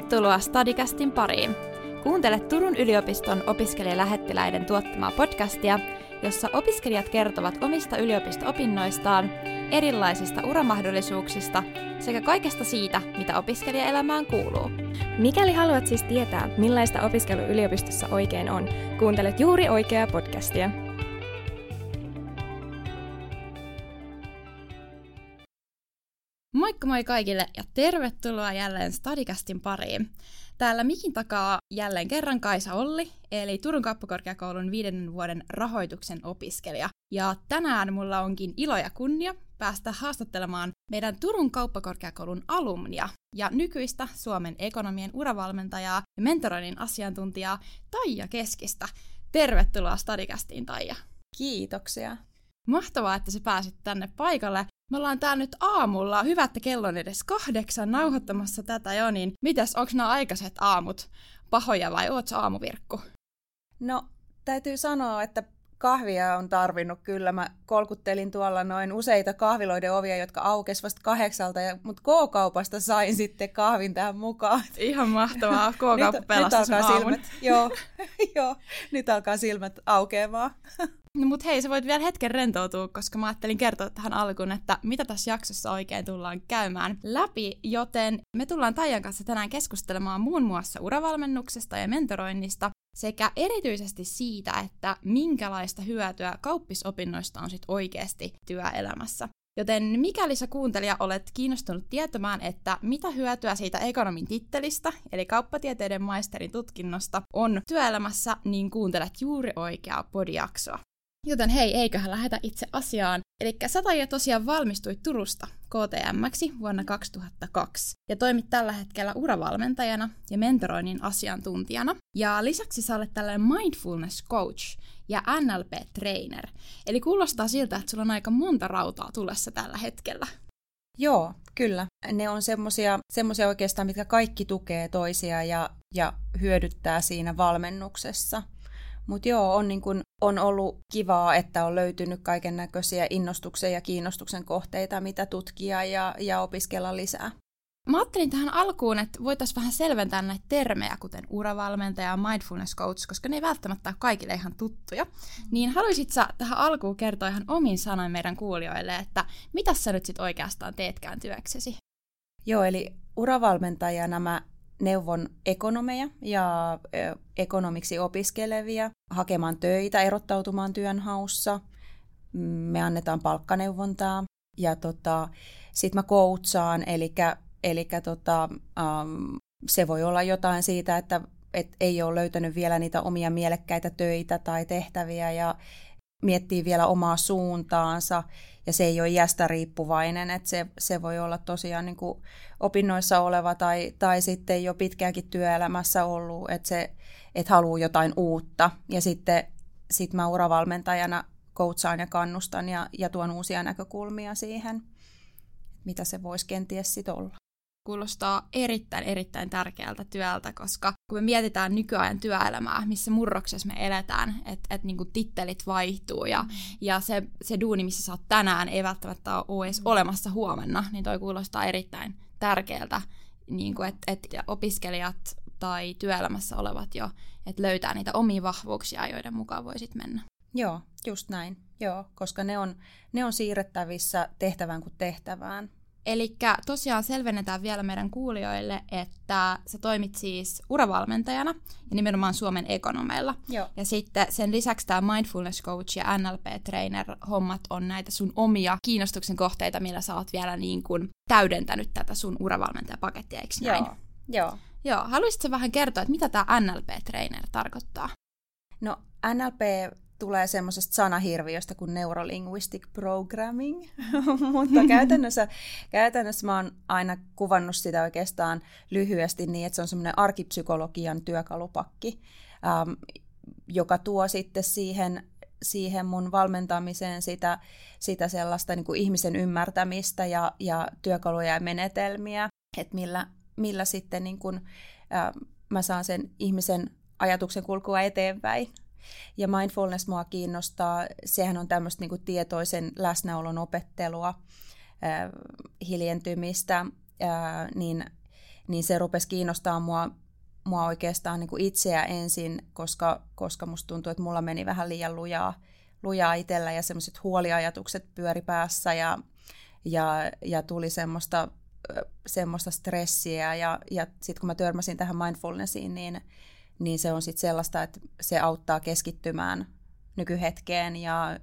Tervetuloa Stadicastin pariin. Kuuntele Turun yliopiston opiskelijalähettiläiden tuottamaa podcastia, jossa opiskelijat kertovat omista yliopisto-opinnoistaan, erilaisista uramahdollisuuksista sekä kaikesta siitä, mitä opiskelijaelämään kuuluu. Mikäli haluat siis tietää, millaista opiskelu yliopistossa oikein on, kuuntelet juuri oikeaa podcastia. Moikka moi kaikille ja tervetuloa jälleen Stadicastin pariin. Täällä mikin takaa jälleen kerran Kaisa Olli, eli Turun kauppakorkeakoulun 5. vuoden rahoituksen opiskelija. Ja tänään mulla onkin ilo ja kunnia päästä haastattelemaan meidän Turun kauppakorkeakoulun alumnia ja nykyistä Suomen ekonomien uravalmentajaa ja mentoroinnin asiantuntijaa Taija Keskistä. Tervetuloa Stadicastiin, Taija. Kiitoksia. Mahtavaa, että sä pääsit tänne paikalle. Me ollaan täällä nyt aamulla, hyvä, että kello on edes 8 nauhoittamassa tätä jo, niin mitäs, onko nämä aikaiset aamut pahoja vai ootko aamuvirkku? No, täytyy sanoa, että kahvia on tarvinnut kyllä. Mä kolkuttelin tuolla noin useita kahviloiden ovia, jotka aukesi vasta 8, mutta K-kaupasta sain sitten kahvin tähän mukaan. Ihan mahtavaa, K-kauppa pelasti sun aamun. Joo, nyt alkaa silmät aukeamaan. No mut hei, sä voit vielä hetken rentoutua, koska mä ajattelin kertoa tähän alkuun, että mitä tässä jaksossa oikein tullaan käymään läpi, joten me tullaan Taijan kanssa tänään keskustelemaan muun muassa uravalmennuksesta ja mentoroinnista, sekä erityisesti siitä, että minkälaista hyötyä kauppisopinnoista on sit oikeasti työelämässä. Joten mikäli sä kuuntelija olet kiinnostunut tietämään, että mitä hyötyä siitä ekonomin tittelistä, eli kauppatieteiden maisterin tutkinnosta, on työelämässä, niin kuuntelet juuri oikeaa podijaksoa. Joten hei, eiköhän lähdetä itse asiaan. Elikkä sä, Taija, tosiaan valmistuit Turusta KTM:ksi vuonna 2002 ja toimit tällä hetkellä uravalmentajana ja mentoroinnin asiantuntijana. Ja lisäksi sä olet tällainen mindfulness coach ja NLP-trainer. Eli kuulostaa siltä, että sulla on aika monta rautaa tulessa tällä hetkellä. Joo, kyllä. Ne on semmoisia oikeastaan, mitkä kaikki tukee toisia ja hyödyttää siinä valmennuksessa. Mutta joo, on ollut kivaa, että on löytynyt kaiken näköisiä innostuksen ja kiinnostuksen kohteita, mitä tutkia ja opiskella lisää. Mä ajattelin tähän alkuun, että voitaisiin vähän selventää näitä termejä, kuten uravalmentaja ja mindfulness coach, koska ne ei välttämättä ole kaikille ihan tuttuja. Niin haluaisit sä tähän alkuun kertoa ihan omin sanoin meidän kuulijoille, että mitä sä nyt sit oikeastaan teetkään työksesi? Joo, eli uravalmentajana mä neuvon ekonomeja ja ekonomiksi opiskelevia hakemaan töitä, erottautumaan työnhaussa. Me annetaan palkkaneuvontaa ja sitten mä coachaan, eli se voi olla jotain siitä, että ei ole löytänyt vielä niitä omia mielekkäitä töitä tai tehtäviä ja miettii vielä omaa suuntaansa, ja se ei ole iästä riippuvainen, että se voi olla tosiaan niin kuin opinnoissa oleva tai sitten jo pitkäänkin työelämässä ollut, että haluaa jotain uutta, ja sitten mä uravalmentajana coachaan ja kannustan ja tuon uusia näkökulmia siihen, mitä se voisi kenties sitten olla. Kuulostaa erittäin tärkeältä työltä, koska kun me mietitään nykyajan työelämää, missä murroksessa me eletään, että niinku tittelit vaihtuu ja se duuni, missä sä oot tänään, ei välttämättä ole edes olemassa huomenna, niin toi kuulostaa erittäin tärkeältä, niinku, että opiskelijat tai työelämässä olevat jo, että löytää niitä omia vahvuuksia, joiden mukaan voisit mennä. Joo, just näin. Joo, koska ne on siirrettävissä tehtävään kuin tehtävään. Elikkä tosiaan selvennetään vielä meidän kuulijoille, että sä toimit siis uravalmentajana ja nimenomaan Suomen ekonomeilla. Joo. Ja sitten sen lisäksi tämä mindfulness coach ja NLP-trainer-hommat on näitä sun omia kiinnostuksen kohteita, millä sä oot vielä niin kuin täydentänyt tätä sun uravalmentajapakettia, eikö näin? Joo. Haluaisitko vähän kertoa, että mitä tämä NLP-trainer tarkoittaa? No NLP tulee semmoisesta sanahirviöstä kuin neurolinguistic programming, mutta käytännössä mä oon aina kuvannut sitä oikeastaan lyhyesti niin, että se on semmoinen arkipsykologian työkalupakki, joka tuo sitten siihen mun valmentamiseen sitä sellaista niin kuin ihmisen ymmärtämistä ja työkaluja ja menetelmiä, että millä sitten niin kuin, mä saan sen ihmisen ajatuksen kulkua eteenpäin. Ja mindfulness mua kiinnostaa, sehän on tämmöistä niin kuin tietoisen läsnäolon opettelua, hiljentymistä, niin niin se rupesi kiinnostaa mua oikeastaan niin kuin itseä ensin, koska musta tuntuu, että mulla meni vähän liian lujaa itsellä ja semmoiset huoliajatukset pyöri päässä ja tuli semmoista stressiä ja sitten kun mä törmäsin tähän mindfulnessiin, niin se on sitten sellaista, että se auttaa keskittymään nykyhetkeen ja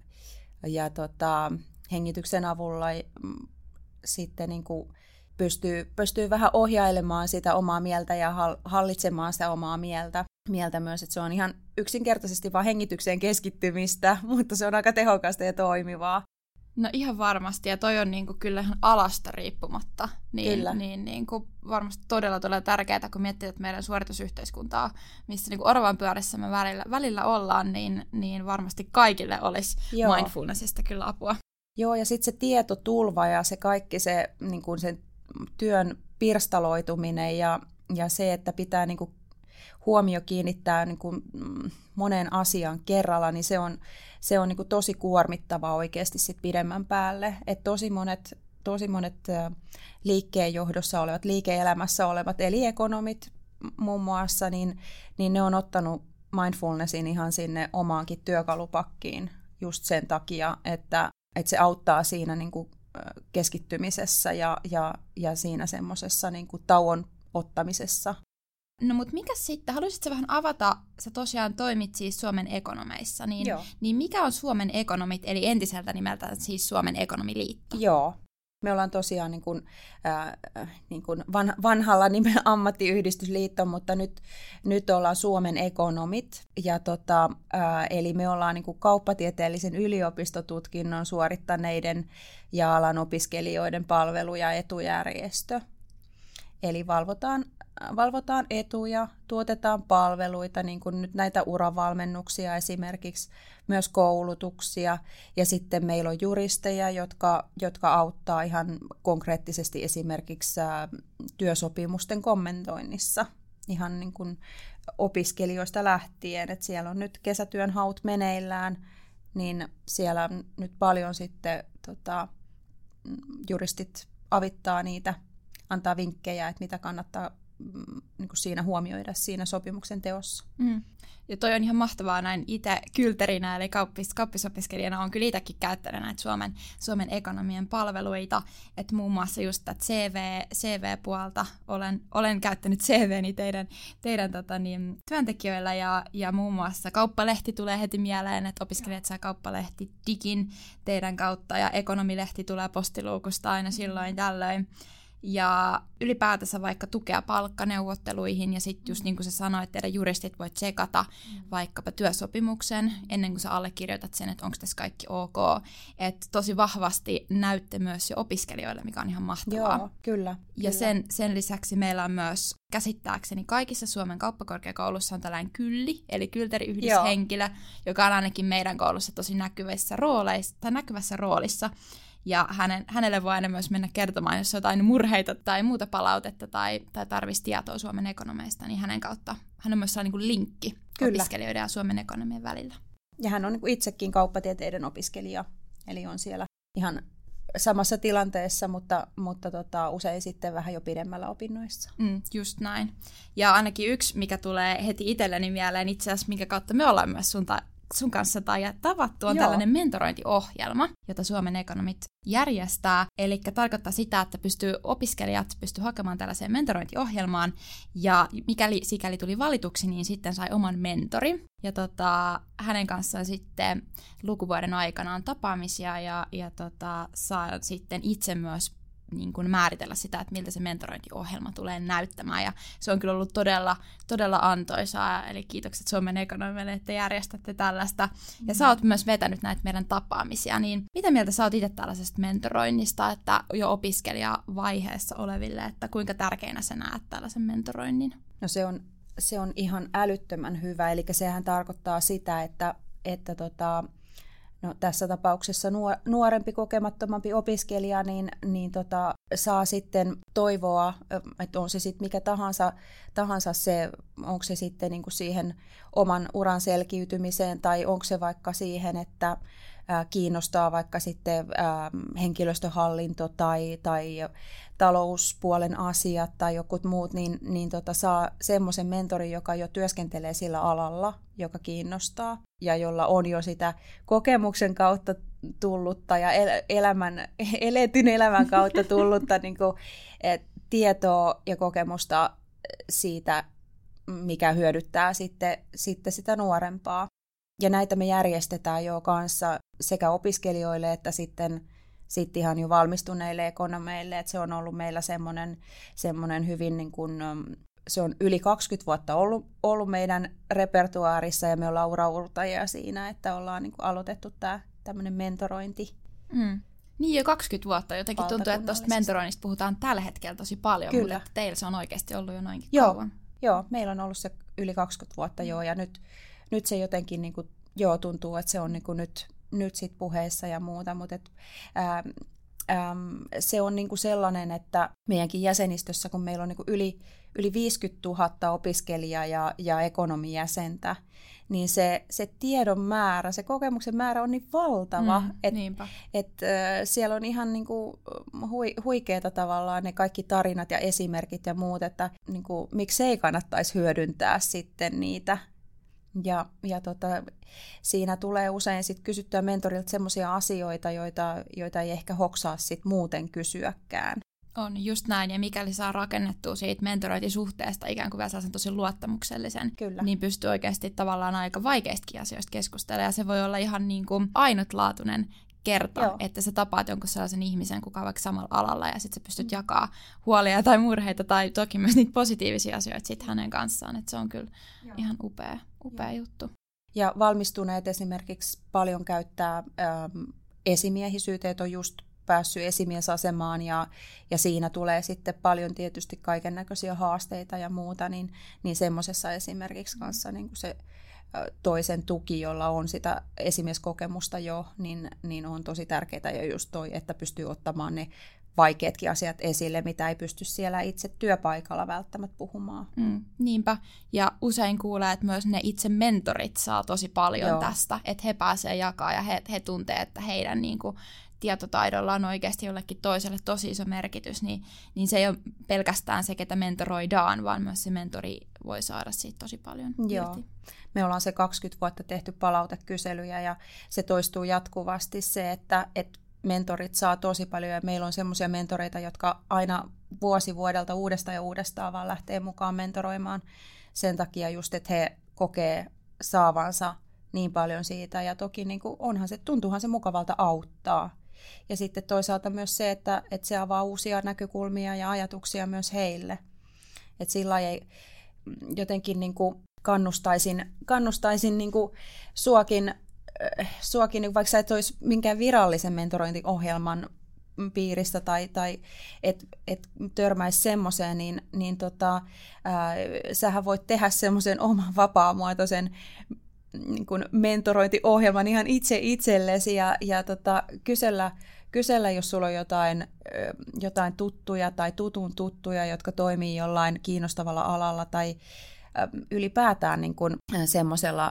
hengityksen avulla sitten niin kuin pystyy vähän ohjailemaan sitä omaa mieltä ja hallitsemaan sitä omaa mieltä myös, että se on ihan yksinkertaisesti vaan hengitykseen keskittymistä, mutta se on aika tehokasta ja toimivaa. No ihan varmasti, ja toi on niinku kyllä ihan alasta riippumatta, niin niinku varmasti todella tärkeää, kun miettii, että meidän suoritusyhteiskuntaa, missä niinku oravan pyörissä me välillä ollaan, niin varmasti kaikille olisi mindfulnessista kyllä apua. Joo, ja sitten se tietotulva ja se kaikki se, niinku sen työn pirstaloituminen ja se, että pitää niinku huomio kiinnittää niinku monen asian kerralla, niin se on niinku tosi kuormittavaa oikeasti sit pidemmän päälle. Et tosi monet liikkeenjohdossa olevat, liike-elämässä olevat, eli ekonomit muun muassa, niin ne on ottanut mindfulnessin ihan sinne omaankin työkalupakkiin just sen takia, että se auttaa siinä niinku keskittymisessä ja siinä semmoisessa niinku tauon ottamisessa. No mutta mikä sitten, haluaisitko vähän avata, sä tosiaan toimit siis Suomen ekonomeissa, niin mikä on Suomen ekonomit, eli entiseltä nimeltään siis Suomen ekonomiliitto? Joo, me ollaan tosiaan niin kuin vanhalla nimellä ammattiyhdistysliitto, mutta nyt ollaan Suomen ekonomit, ja eli me ollaan niin kuin kauppatieteellisen yliopistotutkinnon suorittaneiden ja alan opiskelijoiden palvelu- ja etujärjestö. Eli valvotaan etuja, tuotetaan palveluita, niin kuin nyt näitä uravalmennuksia esimerkiksi, myös koulutuksia. Ja sitten meillä on juristeja, jotka auttaa ihan konkreettisesti esimerkiksi työsopimusten kommentoinnissa, ihan niin kuin opiskelijoista lähtien. Että siellä on nyt kesätyön haut meneillään, niin siellä nyt paljon sitten juristit avittaa niitä, antaa vinkkejä, että mitä kannattaa niin kuin siinä huomioida siinä sopimuksen teossa. Ja toi on ihan mahtavaa näin itse kylterinä, eli kauppisopiskelijana on kyllä itsekin käyttänyt näitä Suomen ekonomien palveluita, että muun muassa just tätä CV-puolta olen käyttänyt CVni teidän työntekijöillä ja muun muassa kauppalehti tulee heti mieleen, että opiskelijat saa kauppalehti digin teidän kautta ja ekonomilehti tulee postiluukusta aina silloin tällöin. Ja ylipäätänsä vaikka tukea palkkaneuvotteluihin ja sitten just niin kuin sä sanoit, teidän juristit voi tsekata vaikkapa työsopimuksen ennen kuin sä allekirjoitat sen, että onko tässä kaikki ok. Että tosi vahvasti näytte myös jo opiskelijoille, mikä on ihan mahtavaa. Joo, kyllä. Ja sen lisäksi meillä on myös käsittääkseni kaikissa Suomen kauppakorkeakoulussa on tällainen kylli, eli kylteriyhdyshenkilö, joka on ainakin meidän koulussa tosi näkyvässä roolissa. Ja hänelle voi aina myös mennä kertomaan, jos on jotain murheita tai muuta palautetta tai tarvitsisi tietoa Suomen ekonomeista, niin hänen kautta hän on myös sellainen niin kuin linkki opiskelijoiden ja Suomen ekonomien välillä. Ja hän on niin kuin itsekin kauppatieteiden opiskelija, eli on siellä ihan samassa tilanteessa, mutta usein sitten vähän jo pidemmällä opinnoissa. Just näin. Ja ainakin yksi, mikä tulee heti itselleni mieleen, itse asiassa minkä kautta me ollaan myös sun kanssa tavattu, on tällainen mentorointiohjelma, jota Suomen ekonomit järjestää. Eli tarkoittaa sitä, että opiskelijat pystyy hakemaan tällaiseen mentorointiohjelmaan, ja sikäli tuli valituksi, niin sitten sai oman mentori. Ja hänen kanssaan sitten lukuvuoden aikana on tapaamisia, ja saa sitten itse myös niin kuin määritellä sitä, että miltä se mentorointiohjelma tulee näyttämään. Ja se on kyllä ollut todella antoisaa, eli kiitokset Suomen ekonomille, että järjestätte tällaista. Ja sä oot myös vetänyt näitä meidän tapaamisia, niin mitä mieltä sä oot itse tällaisesta mentoroinnista, että jo opiskelijavaiheessa oleville, että kuinka tärkeänä sä näet tällaisen mentoroinnin? No se on ihan älyttömän hyvä, eli sehän tarkoittaa sitä, että tässä tapauksessa nuorempi, kokemattomampi opiskelija niin saa sitten toivoa, että on se sitten mikä tahansa se, onko se sitten niin kuin siihen oman uran selkiytymiseen tai onko se vaikka siihen, että kiinnostaa vaikka sitten henkilöstöhallinto tai talouspuolen asiat tai jokut muut, niin saa semmoisen mentorin, joka jo työskentelee sillä alalla, joka kiinnostaa ja jolla on jo sitä kokemuksen kautta tullutta ja eletyn elämän kautta tullutta niin kuin, tietoa ja kokemusta siitä, mikä hyödyttää sitten sitä nuorempaa. Ja näitä me järjestetään jo kanssa sekä opiskelijoille että sitten ihan jo valmistuneille ekonomeille, että se on ollut meillä semmoinen hyvin, niin kuin, se on yli 20 vuotta ollut meidän repertuaarissa ja me ollaan uraurtajia siinä, että ollaan niin kuin aloitettu tämä tämmöinen mentorointi. Niin jo 20 vuotta jotenkin tuntuu, että tuosta mentoroinnista puhutaan tällä hetkellä tosi paljon, Kyllä. mutta teillä se on oikeasti ollut jo noinkin kauan. Joo, meillä on ollut se yli 20 vuotta ja nyt se jotenkin niin kuin, tuntuu, että se on niin kuin nyt sit puheissa ja muuta, mutta se on niin kuin sellainen, että meidänkin jäsenistössä, kun meillä on niin kuin yli 50 000 opiskelijaa ja ekonomijäsentä, niin se tiedon määrä, se kokemuksen määrä on niin valtava, että siellä on ihan niin kuin huikeeta tavallaan ne kaikki tarinat ja esimerkit ja muut, että niin kuin, miksei kannattaisi hyödyntää sitten niitä. Ja siinä tulee usein sit kysyttyä mentorilta semmoisia asioita, joita ei ehkä hoksaa sit muuten kysyäkään. On just näin, ja mikäli saa rakennettua siitä mentorointisuhteesta ikään kuin vielä sellaisen tosi luottamuksellisen, Kyllä. niin pystyy oikeasti tavallaan aika vaikeistakin asioista keskustelemaan, ja se voi olla ihan niin kuin ainutlaatuinen kerta, Joo. että sä tapaat jonkun sellaisen ihmisen, kuka on vaikka samalla alalla, ja sitten sä pystyt jakaa huolia tai murheita, tai toki myös niitä positiivisia asioita sit hänen kanssaan, että se on kyllä ihan upea juttu. Ja valmistuneet esimerkiksi paljon käyttää esimiehisyyttä, että on just päässyt esimiesasemaan ja siinä tulee sitten paljon tietysti kaikennäköisiä haasteita ja muuta, niin semmoisessa esimerkiksi kanssa niin kuin se toisen tuki, jolla on sitä esimieskokemusta jo, niin on tosi tärkeää ja just toi, että pystyy ottamaan ne vaikeatkin asiat esille, mitä ei pysty siellä itse työpaikalla välttämättä puhumaan. Niinpä, ja usein kuulee, että myös ne itse mentorit saa tosi paljon tästä, että he pääsee jakaa ja he tuntee, että heidän niin kuin tietotaidolla on oikeasti jollekin toiselle tosi iso merkitys, niin se ei ole pelkästään se, ketä mentoroidaan, vaan myös se mentori voi saada siitä tosi paljon irti. Me ollaan se 20 vuotta tehty palautekyselyjä ja se toistuu jatkuvasti se, että mentorit saa tosi paljon ja meillä on semmoisia mentoreita, jotka aina vuosi vuodelta uudestaan ja uudestaan vaan lähtee mukaan mentoroimaan sen takia just, että he kokee saavansa niin paljon siitä ja toki niin kuin tuntuuhan se mukavalta auttaa. Ja sitten toisaalta myös se, että se avaa uusia näkökulmia ja ajatuksia myös heille. Että sillä ei jotenkin niin kuin kannustaisin niin kuin suakin, vaikka sä et olisi minkään virallisen mentorointiohjelman piiristä tai et törmäisi semmoiseen, niin sähän voit tehdä semmoisen oman vapaamuotoisen niin kuin mentorointiohjelman ihan itse itsellesi ja kysellä, jos sulla on jotain tuttuja tai tutun tuttuja, jotka toimii jollain kiinnostavalla alalla tai ylipäätään niin kuin semmoisella,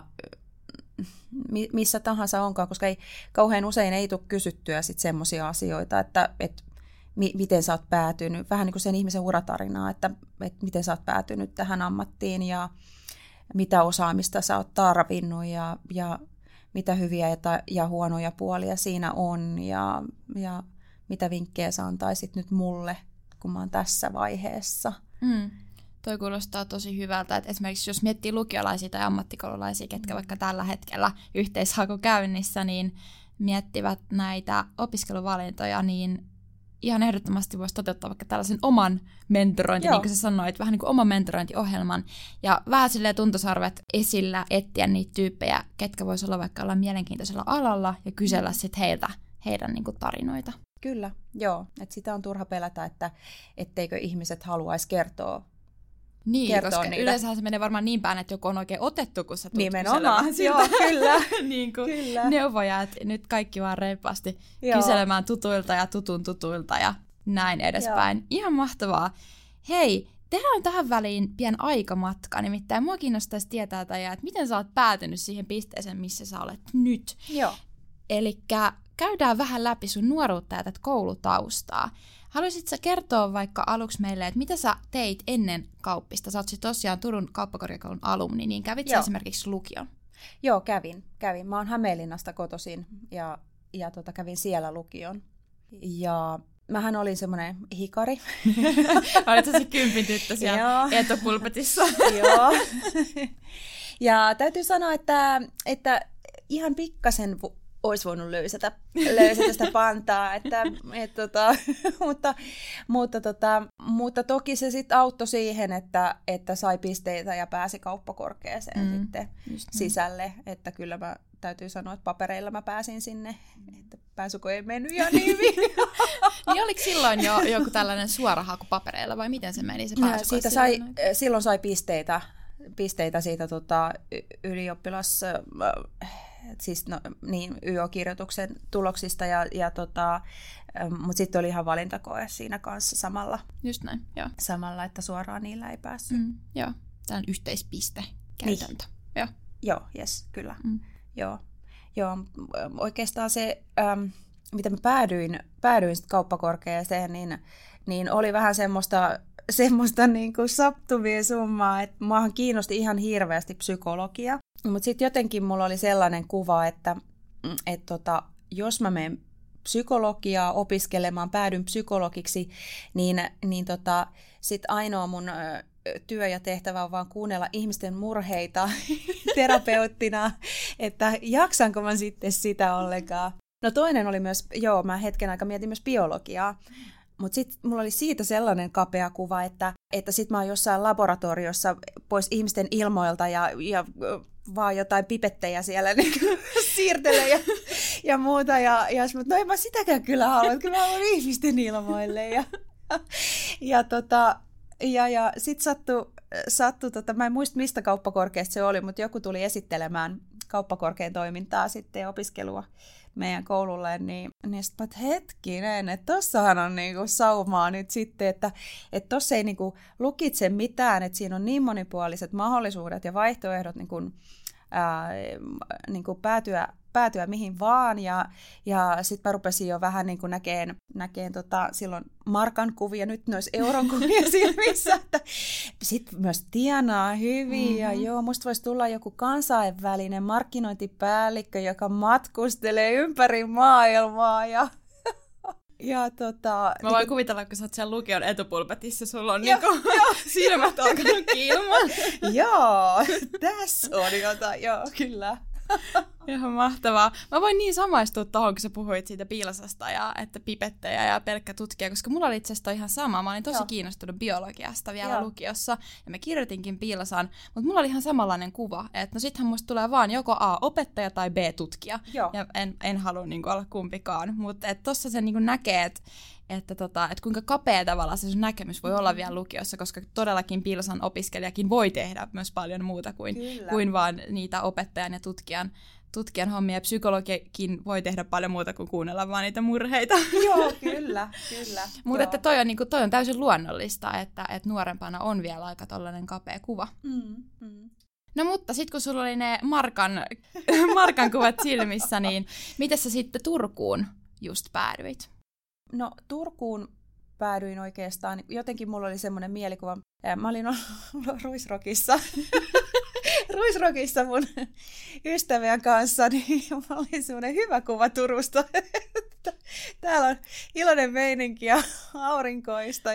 missä tahansa onkaan, koska kauhean usein ei tule kysyttyä sit semmoisia asioita, että miten sä oot päätynyt, vähän niin kuin sen ihmisen uratarinaa, että miten sä oot päätynyt tähän ammattiin ja mitä osaamista sä oot tarvinnut ja mitä hyviä ja huonoja puolia siinä on ja mitä vinkkejä sä antaisit nyt mulle, kun mä oon tässä vaiheessa. Toi kuulostaa tosi hyvältä, että esimerkiksi jos miettii lukiolaisia tai ammattikoululaisia, ketkä vaikka tällä hetkellä yhteishaku käynnissä, niin miettivät näitä opiskeluvalintoja, niin ihan ehdottomasti voisi toteuttaa vaikka tällaisen oman mentorointi, niin kuin sä sanoit, vähän niin kuin oman mentorointiohjelman, ja vähän silleen tuntosarvet esillä etsiä niitä tyyppejä, ketkä vois olla mielenkiintoisella alalla, ja kysellä sitten heidän niin kuin tarinoita. Kyllä, joo. Että sitä on turha pelätä, että etteikö ihmiset haluaisi kertoa koska niitä. Yleensähän se menee varmaan niin päin, että joku on oikein otettu, kun sä tulet nimenomaan, joo, kyllä. niin kuin neuvoja, että nyt kaikki vaan reippaasti kyselemään tutuilta ja tutuilta ja näin edespäin. Joo. Ihan mahtavaa. Hei, tehdään tähän väliin pian aikamatka, nimittäin mua kiinnostaisi tietää, Taija, että miten sä oot päätynyt siihen pisteeseen, missä sä olet nyt. Joo. Elikkä käydään vähän läpi sun nuoruutta ja tätä koulutaustaa. Haluaisitko sä kertoa vaikka aluksi meille, että mitä sä teit ennen kauppista? Sä oot siis tosiaan Turun kauppakorkeakoulun alumni, niin kävit sä esimerkiksi lukion? Joo, kävin. Mä oon Hämeenlinnasta kotoisin ja kävin siellä lukion. Ja mähän olin semmoinen hikari. Olitko se 10 tyttö siellä etupulpetissa? Joo. Ja täytyy sanoa, että ihan pikkasen olisi voinut löysätä sitä pantaa, mutta toki se sitten auttoi siihen, että sai pisteitä ja pääsi kauppakorkeeseen sitten sisälle, että kyllä mä täytyy sanoa, että papereilla mä pääsin sinne, että pääsyko ei mennyt ihan niin hyvin. Niin oliko silloin jo joku tällainen suora haku papereilla vai miten se meni se pääsyko? Silloin sai pisteitä siitä ylioppilas, siis YO-kirjoituksen tuloksista, mutta sitten oli ihan valintakoe siinä kanssa samalla. Just näin, joo. Samalla, että suoraan niillä ei päässyt. Joo, tämä on yhteispiste käytäntö. Niin. Joo, jes, kyllä. Joo, oikeastaan se, mitä mä päädyin kauppakorkeaseen, niin oli vähän semmoista niin kuin saptuvia summaa, että muahan kiinnosti ihan hirveästi psykologia. Mutta sitten jotenkin mulla oli sellainen kuva, että jos mä menen psykologiaa opiskelemaan, päädyn psykologiksi, niin sitten ainoa mun työ ja tehtävä on vaan kuunnella ihmisten murheita terapeuttina, että jaksanko mä sitten sitä ollenkaan. No toinen oli myös, mä hetken aikaa mietin myös biologiaa, mutta sitten mulla oli siitä sellainen kapea kuva, että sitten mä oon jossain laboratoriossa pois ihmisten ilmoilta ja vaan jotain pipettejä siellä niin siirtelee ja muuta. Ja no en mä sitäkään kyllä halua, kyllä mä haluan ihmisten ilmoille. Ja sitten sattui mä en muista mistä kauppakorkeasta se oli, mutta joku tuli esittelemään kauppakorkean toimintaa sitten ja opiskelua meidän koululle, niin sitten hetkinen, että tossahan on niinku saumaa nyt sitten, että tossa ei niinku lukitse mitään, että siinä on niin monipuoliset mahdollisuudet ja vaihtoehdot niinku päätyä mihin vaan, ja sitten mä rupesin jo vähän niinku näkeen silloin markan kuvia, nyt ne olisi euron kuvia silmissä, että sitten myös tienaa hyvin, ja musta voisi tulla joku kansainvälinen markkinointipäällikkö, joka matkustelee ympäri maailmaa, mä voin kuvitella, kun sä oot siellä lukion etupulpetissa, sulla on niinku silmät alkanut kiilmaan. Joo, tässä on jotain, kyllä. Ihan mahtavaa. Mä voin niin samaistua tuohon, kun sä puhuit siitä piilasasta ja että pipettejä ja pelkkä tutkija, koska mulla oli itse asiassa ihan sama. Mä olin tosi kiinnostunut biologiasta vielä lukiossa ja mä kirjoitinkin piilasan, mutta mulla oli ihan samanlainen kuva, että no sittenhän musta tulee vaan joko A, opettaja tai B, tutkija. Joo. Ja en halua niinku olla kumpikaan, mutta tossa se niinku näkee, että kuinka kapea tavalla se sun näkemys voi olla vielä lukiossa, koska todellakin piilosan opiskelijakin voi tehdä myös paljon muuta kuin vaan niitä opettajan ja tutkijan hommia. Psykologiakin voi tehdä paljon muuta kuin kuunnella vaan niitä murheita. Joo, kyllä. Mutta että toi on täysin luonnollista, että nuorempana on vielä aika tollainen kapea kuva. No mutta sitten kun sulla oli ne markan kuvat silmissä, niin miten sä sitten Turkuun just päädyit? No Turkuun päädyin oikeastaan, jotenkin mulla oli semmoinen mielikuva, mä olin Ruisrockissa mun ystävien kanssa, niin mulla oli semmoinen hyvä kuva Turusta, että täällä on iloinen meininki ja aurinkoista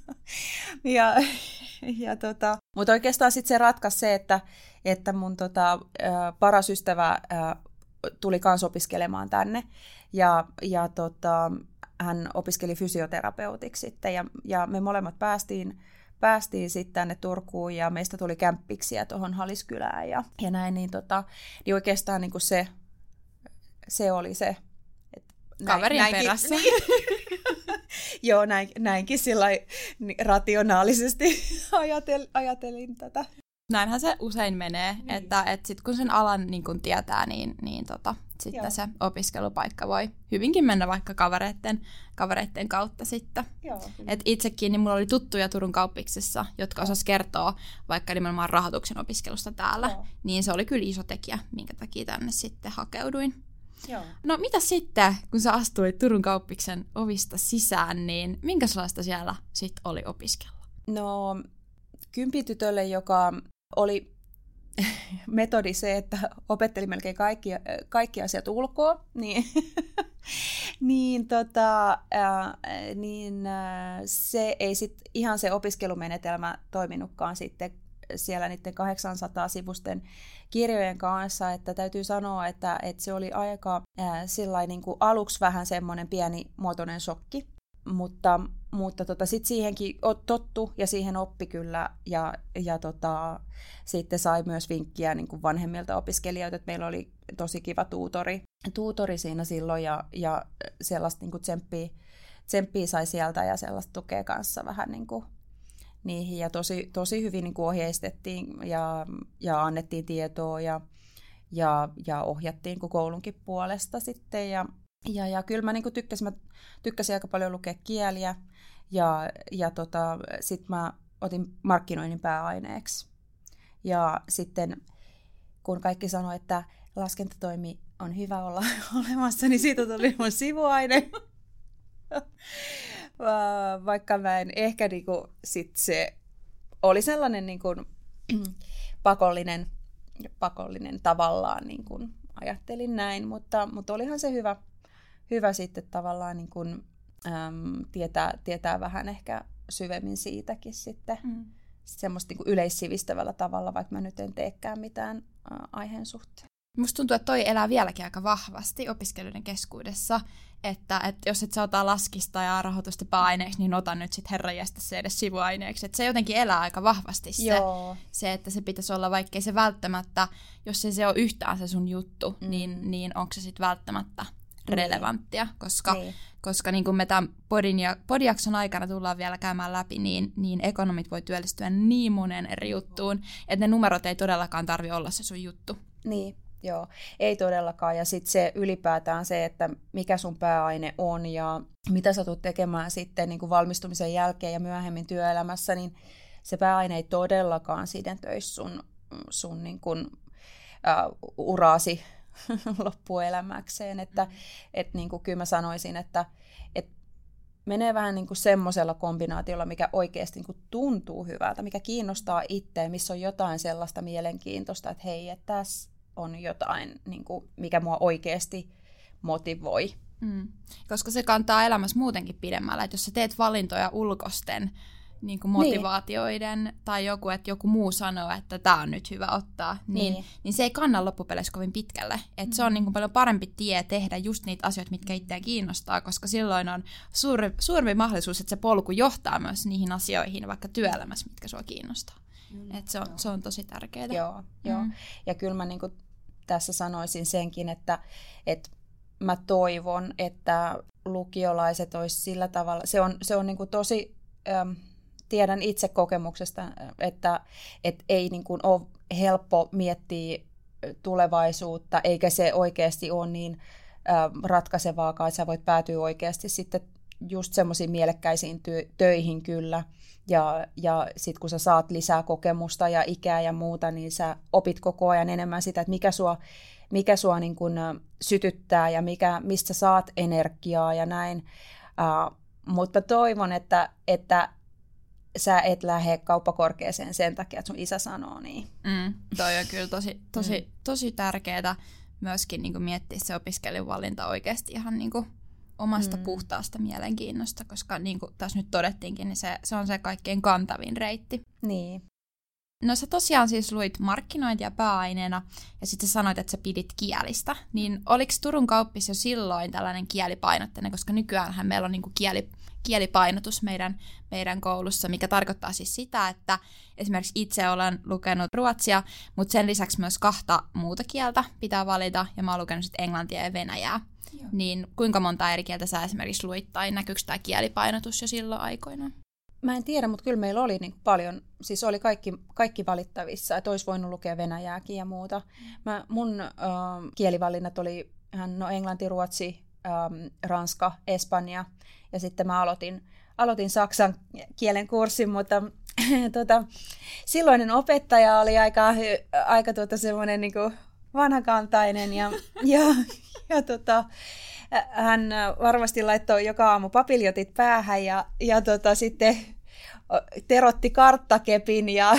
mutta oikeastaan sitten se ratkaisi se, että mun paras ystävä tuli kans opiskelemaan tänne ja hän opiskeli fysioterapeutiksi sitten ja me molemmat päästiin sitten tänne Turkuun ja meistä tuli kämppiksiä tuohon Haliskylään ja näin, niin oikeastaan niin kuin se oli se. Kaverin perässä. Niin. Joo, näinkin sillä rationaalisesti ajatelin tätä. Näinhän se usein menee, niin. että sit kun sen alan niin kun tietää, niin sitten Joo. se opiskelupaikka voi hyvinkin mennä vaikka kavereitten kautta sitten. Et itsekin niin mulla oli tuttuja Turun kauppiksessa, jotka osas kertoa vaikka nimenomaan rahoituksen opiskelusta täällä, Joo. niin se oli kyllä iso tekijä, minkä takia tänne sitten hakeuduin. Joo. No mitä sitten, kun sä astuit Turun kauppiksen ovista sisään, niin minkälaista siellä sitten oli opiskella? No kympitytölle, joka oli metodi se, että opetteli melkein kaikki asiat ulkoa, niin se ei sit ihan se opiskelumenetelmä toiminutkaan sitten siellä niiden 800-sivusten kirjojen kanssa, että täytyy sanoa, että se oli aika niin kuin aluksi vähän semmoinen pieni muotoinen shokki, mutta sitten siihenkin tottu ja siihen oppi kyllä ja sitten sai myös vinkkiä niin kuin vanhemmilta opiskelijoilta, että meillä oli tosi kiva tuutori siinä silloin ja sellaista niin kuin tsemppia sai sieltä ja sellaista tukea kanssa vähän niin kuin niihin ja tosi hyvin niin kuin ohjeistettiin ja annettiin tietoa ja ohjattiin koulunkin puolesta sitten ja kyllä mä niin kuin tykkäsin aika paljon lukea kieliä ja sitten mä otin markkinoinnin pääaineeksi. Ja sitten kun kaikki sanoi, että laskentatoimi on hyvä olla olemassa, niin siitä tuli mun sivuaine. Vaikka mä en ehkä niinku, sit se oli sellainen niinku, pakollinen tavallaan, niin kuin ajattelin näin, mutta olihan se hyvä sitten tavallaan niin kuin, tietää vähän ehkä syvemmin siitäkin sitten semmoista niin kuin yleissivistävällä tavalla, vaikka mä nyt en teekään mitään aiheen suhteen. Musta tuntuu, että toi elää vieläkin aika vahvasti opiskelijoiden keskuudessa, että jos et sä ota laskista ja rahoitusta pääaineeksi, niin ota nyt sit herranjestas se edes sivuaineeksi. Että se jotenkin elää aika vahvasti se, että se pitäisi olla, vaikkei se välttämättä, jos ei se ole yhtään se sun juttu, niin onko se sitten välttämättä relevanttia, koska niin kuin me tämän podijakson aikana tullaan vielä käymään läpi, niin ekonomit voi työllistyä niin monen eri juttuun, että ne numerot ei todellakaan tarvitse olla se sun juttu. Niin. Joo, ei todellakaan. Ja sitten se ylipäätään se, että mikä sun pääaine on ja mitä sä tulet tekemään sitten niin kuin valmistumisen jälkeen ja myöhemmin työelämässä, niin se pääaine ei todellakaan sidentöisi sun niin kuin, uraasi loppuelämäkseen. Että niin kuin kyllä mä sanoisin, että menee vähän niin kuin semmoisella kombinaatiolla, mikä oikeasti niin kuin tuntuu hyvältä, mikä kiinnostaa itseä, missä on jotain sellaista mielenkiintoista, että hei, että tässä on jotain, niin kuin, mikä mua oikeasti motivoi. Koska se kantaa elämässä muutenkin pidemmällä. Että jos sä teet valintoja ulkoisten niin kuin motivaatioiden tai joku muu sanoo, että tämä on nyt hyvä ottaa, niin se ei kanna loppupeleissä kovin pitkälle. Että se on niin kuin paljon parempi tie tehdä just niitä asioita, mitkä itseä kiinnostaa, koska silloin on suurempi mahdollisuus, että se polku johtaa myös niihin asioihin, vaikka työelämässä, mitkä sua kiinnostaa. Että se on tosi tärkeää. Joo. Ja kyllä mä niin kuin tässä sanoisin senkin, että mä toivon, että lukiolaiset olisi sillä tavalla, se on niin kuin tosi, tiedän itse kokemuksesta, että ei niin kuin ole helppo miettiä tulevaisuutta, eikä se oikeasti ole niin ratkaisevaakaan, että sä voit päätyä oikeasti sitten just semmoisiin mielekkäisiin töihin kyllä. Ja sitten kun sä saat lisää kokemusta ja ikää ja muuta, niin sä opit koko ajan enemmän sitä, että mikä sua niin kun sytyttää ja mistä saat energiaa ja näin. Mutta toivon, että sä et lähde kauppakorkeeseen sen takia, että sun isä sanoo niin. Toi on kyllä tosi tärkeää myöskin niin kun miettiä se opiskelijavalinta oikeasti ihan niin kuin omasta puhtaasta mielenkiinnosta, koska niin kuin tässä nyt todettiinkin, niin se on se kaikkein kantavin reitti. Niin. No sä tosiaan siis luit markkinointia pääaineena ja sitten sä sanoit, että sä pidit kielistä. Niin oliko Turun kauppis jo silloin tällainen kielipainotteinen, koska nykyäänhän meillä on niin kuin kielipainotus meidän koulussa, mikä tarkoittaa siis sitä, että esimerkiksi itse olen lukenut ruotsia, mutta sen lisäksi myös 2 muuta kieltä pitää valita ja mä oon lukenut sitten englantia ja venäjää. Joo. Niin kuinka monta eri kieltä sä esimerkiksi luit tai näkyykö tämä kielipainotus jo silloin aikoinaan? Mä en tiedä, mutta kyllä meillä oli niin paljon, siis oli kaikki valittavissa, että olisi voinut lukea venäjääkin ja muuta. Mun kielivalinnat oli englanti, ruotsi, ranska, espanja ja sitten mä aloitin saksan kielen kurssin, mutta silloinen opettaja oli aika semmoinen niin kuin vanhakantainen ja hän varmasti laittoi joka aamu papiljotit päähän ja sitten terotti karttakepin ja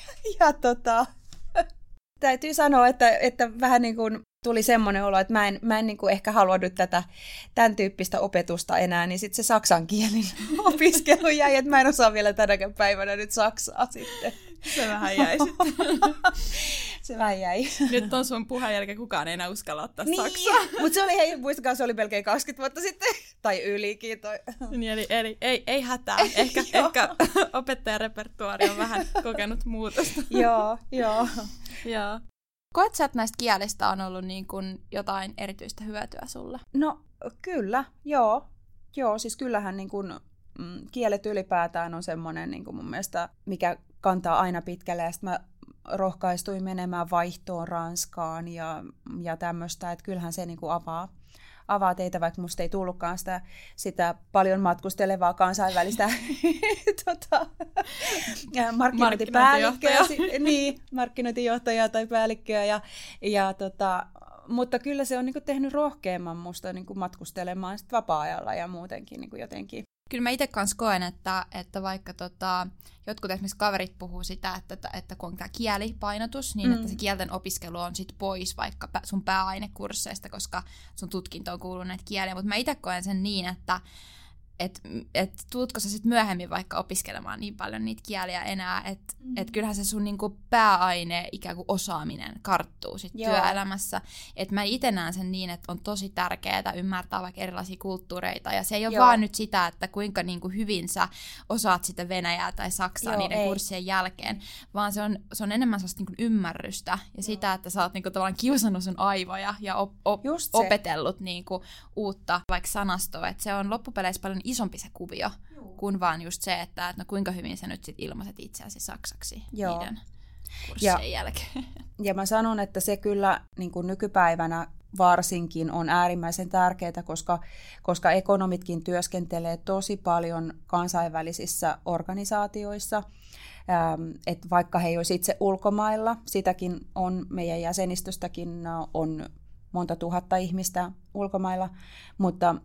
täytyy sanoa, että vähän niin kuin tuli semmoinen olo, että mä en niin kuin ehkä halua nyt tämän tyyppistä opetusta enää, niin sitten se saksan kielen opiskelu jäi, että mä en osaa vielä tänäkään päivänä nyt saksaa sitten. Se vähän jäi sitten. Se vähän jäi. Nyt on sun puheen jälkeen kukaan ei enää uskalla ottaa niin, saksaa. Mutta se oli, hei, muistakaa, se oli melkein 20 vuotta sitten, tai ylikin. Niin, eli ei hätää. Ehkä opettajan repertuaari on vähän kokenut muutosta. Joo. Koet sä, että näistä kielistä on ollut niin kuin jotain erityistä hyötyä sulle? No kyllä, joo. Siis kyllähän niin kuin, kielet ylipäätään on semmoinen niin kuin mun mielestä, mikä kantaa aina pitkälle. Ja sitten mä rohkaistuin menemään vaihtoon Ranskaan ja tämmöistä, että kyllähän se niin kuin avaa teitä, vaikka musta ei tullutkaan sitä paljon matkustelevaa kansainvälistä markkinointipäällikköä, markkinointijohtajaa tai päällikköä. Mutta kyllä se on niinku tehnyt rohkeamman musta niinku matkustelemaan sit vapaa-ajalla ja muutenkin niinku jotenkin. Kyllä mä itse kanssa koen, että vaikka jotkut esimerkiksi kaverit puhuu sitä, että kun on tämä kielipainotus, niin että se kielten opiskelu on sit pois vaikka sun pääainekursseista, koska sun tutkintoon kuuluu näitä kieliä. Mutta mä itse koen sen niin, että tuutko sä sitten myöhemmin vaikka opiskelemaan niin paljon niitä kieliä enää, että kyllähän se sun niinku pääaine ikään kuin osaaminen karttuu sit työelämässä. Että mä itse näen sen niin, että on tosi tärkeää ymmärtää vaikka erilaisia kulttuureita, ja se ei ole vaan nyt sitä, että kuinka niinku hyvin sä osaat sitä venäjää tai saksaa niiden kurssien jälkeen, vaan se on enemmän sellaista niinku ymmärrystä ja sitä, että sä oot niinku tavallaan kiusannut sun aivoja ja opetellut niinku uutta vaikka sanastoa, että se on loppupeleissä paljon isompi se kuvio, kuin vaan just se, että no kuinka hyvin sä nyt sit ilmaiset itseäsi saksaksi niiden kurssien jälkeen. Ja mä sanon, että se kyllä niin kuin nykypäivänä varsinkin on äärimmäisen tärkeää, koska ekonomitkin työskentelee tosi paljon kansainvälisissä organisaatioissa, että vaikka he ei olisi itse ulkomailla, sitäkin on, meidän jäsenistöstäkin on monta tuhatta ihmistä ulkomailla, mutta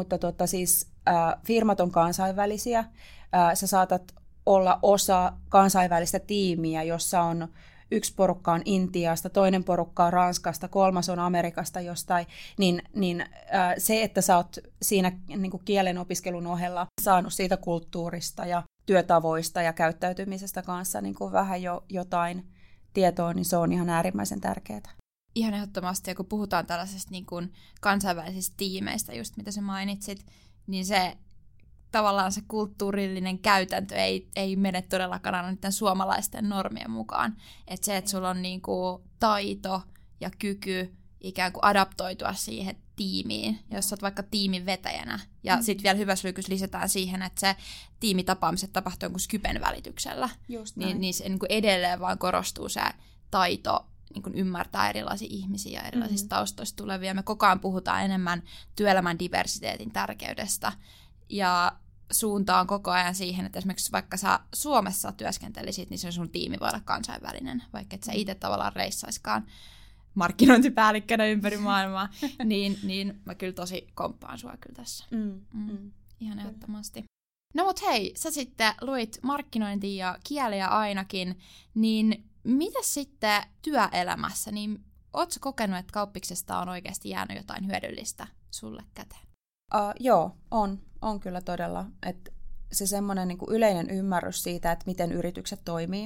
siis firmat on kansainvälisiä. Sä saatat olla osa kansainvälistä tiimiä, jossa on yksi porukka on Intiasta, toinen porukka on Ranskasta, kolmas on Amerikasta jostain, niin se, että sä oot siinä niin kuin kielen opiskelun ohella saanut siitä kulttuurista ja työtavoista ja käyttäytymisestä kanssa niin kuin vähän jo jotain tietoa, niin se on ihan äärimmäisen tärkeää. Ihan ehdottomasti, ja kun puhutaan tällaisesta niin kuin kansainvälisistä tiimeistä, just mitä sä mainitsit, niin se tavallaan se kulttuurillinen käytäntö ei mene todellakaan aina niiden suomalaisten normien mukaan. Että se, että sulla on niin kuin taito ja kyky ikään kuin adaptoitua siihen tiimiin, jos sä oot vaikka tiimin vetäjänä. Ja sitten vielä hyvässä lykyssä lisätään siihen, että se tiimitapaamiset tapahtuu jonkun Skypen välityksellä. Niin se niin kuin edelleen vaan korostuu se taito niin kuin ymmärtää erilaisia ihmisiä ja erilaisista taustoista tulevia. Me koko ajan puhutaan enemmän työelämän diversiteetin tärkeydestä. Ja suunta on koko ajan siihen, että esimerkiksi vaikka sä Suomessa työskentelisit, niin se sun tiimi voi olla kansainvälinen, vaikka et sä itse tavallaan reissaiskaan markkinointipäällikkönä ympäri maailmaa, niin mä kyllä tosi komppaan sua kyllä tässä. Ihan ehdottomasti. No mut hei, sä sitten luit markkinointia ja kieliä ainakin, niin mitä sitten työelämässä, niin ootko sä kokenut, että kauppiksesta on oikeasti jäänyt jotain hyödyllistä sulle käteen? Joo, on kyllä todella. Että se semmoinen niin kuin yleinen ymmärrys siitä, että miten yritykset toimii.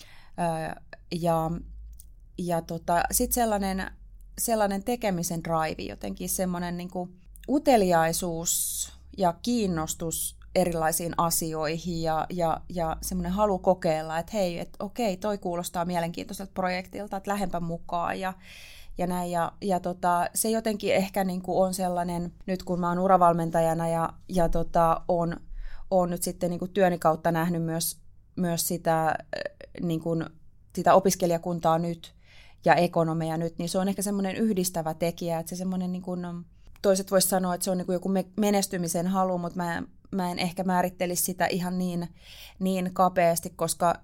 Ja sitten sellainen tekemisen drive, jotenkin semmoinen niin kuin uteliaisuus ja kiinnostus erilaisiin asioihin ja semmoinen halu kokeilla, että hei, että okei, toi kuulostaa mielenkiintoiselta projektilta, että lähempä mukaan ja näin. Se jotenkin ehkä niin kuin on sellainen, nyt kun mä oon uravalmentajana ja olen nyt sitten niin kuin työni kautta nähnyt myös sitä, niin kuin, sitä opiskelijakuntaa nyt ja ekonomeja nyt, niin se on ehkä semmoinen yhdistävä tekijä, että se semmoinen, niin kuin, toiset vois sanoa, että se on niin kuin joku menestymisen halu, mutta mä en ehkä määrittelisi sitä ihan niin kapeasti, koska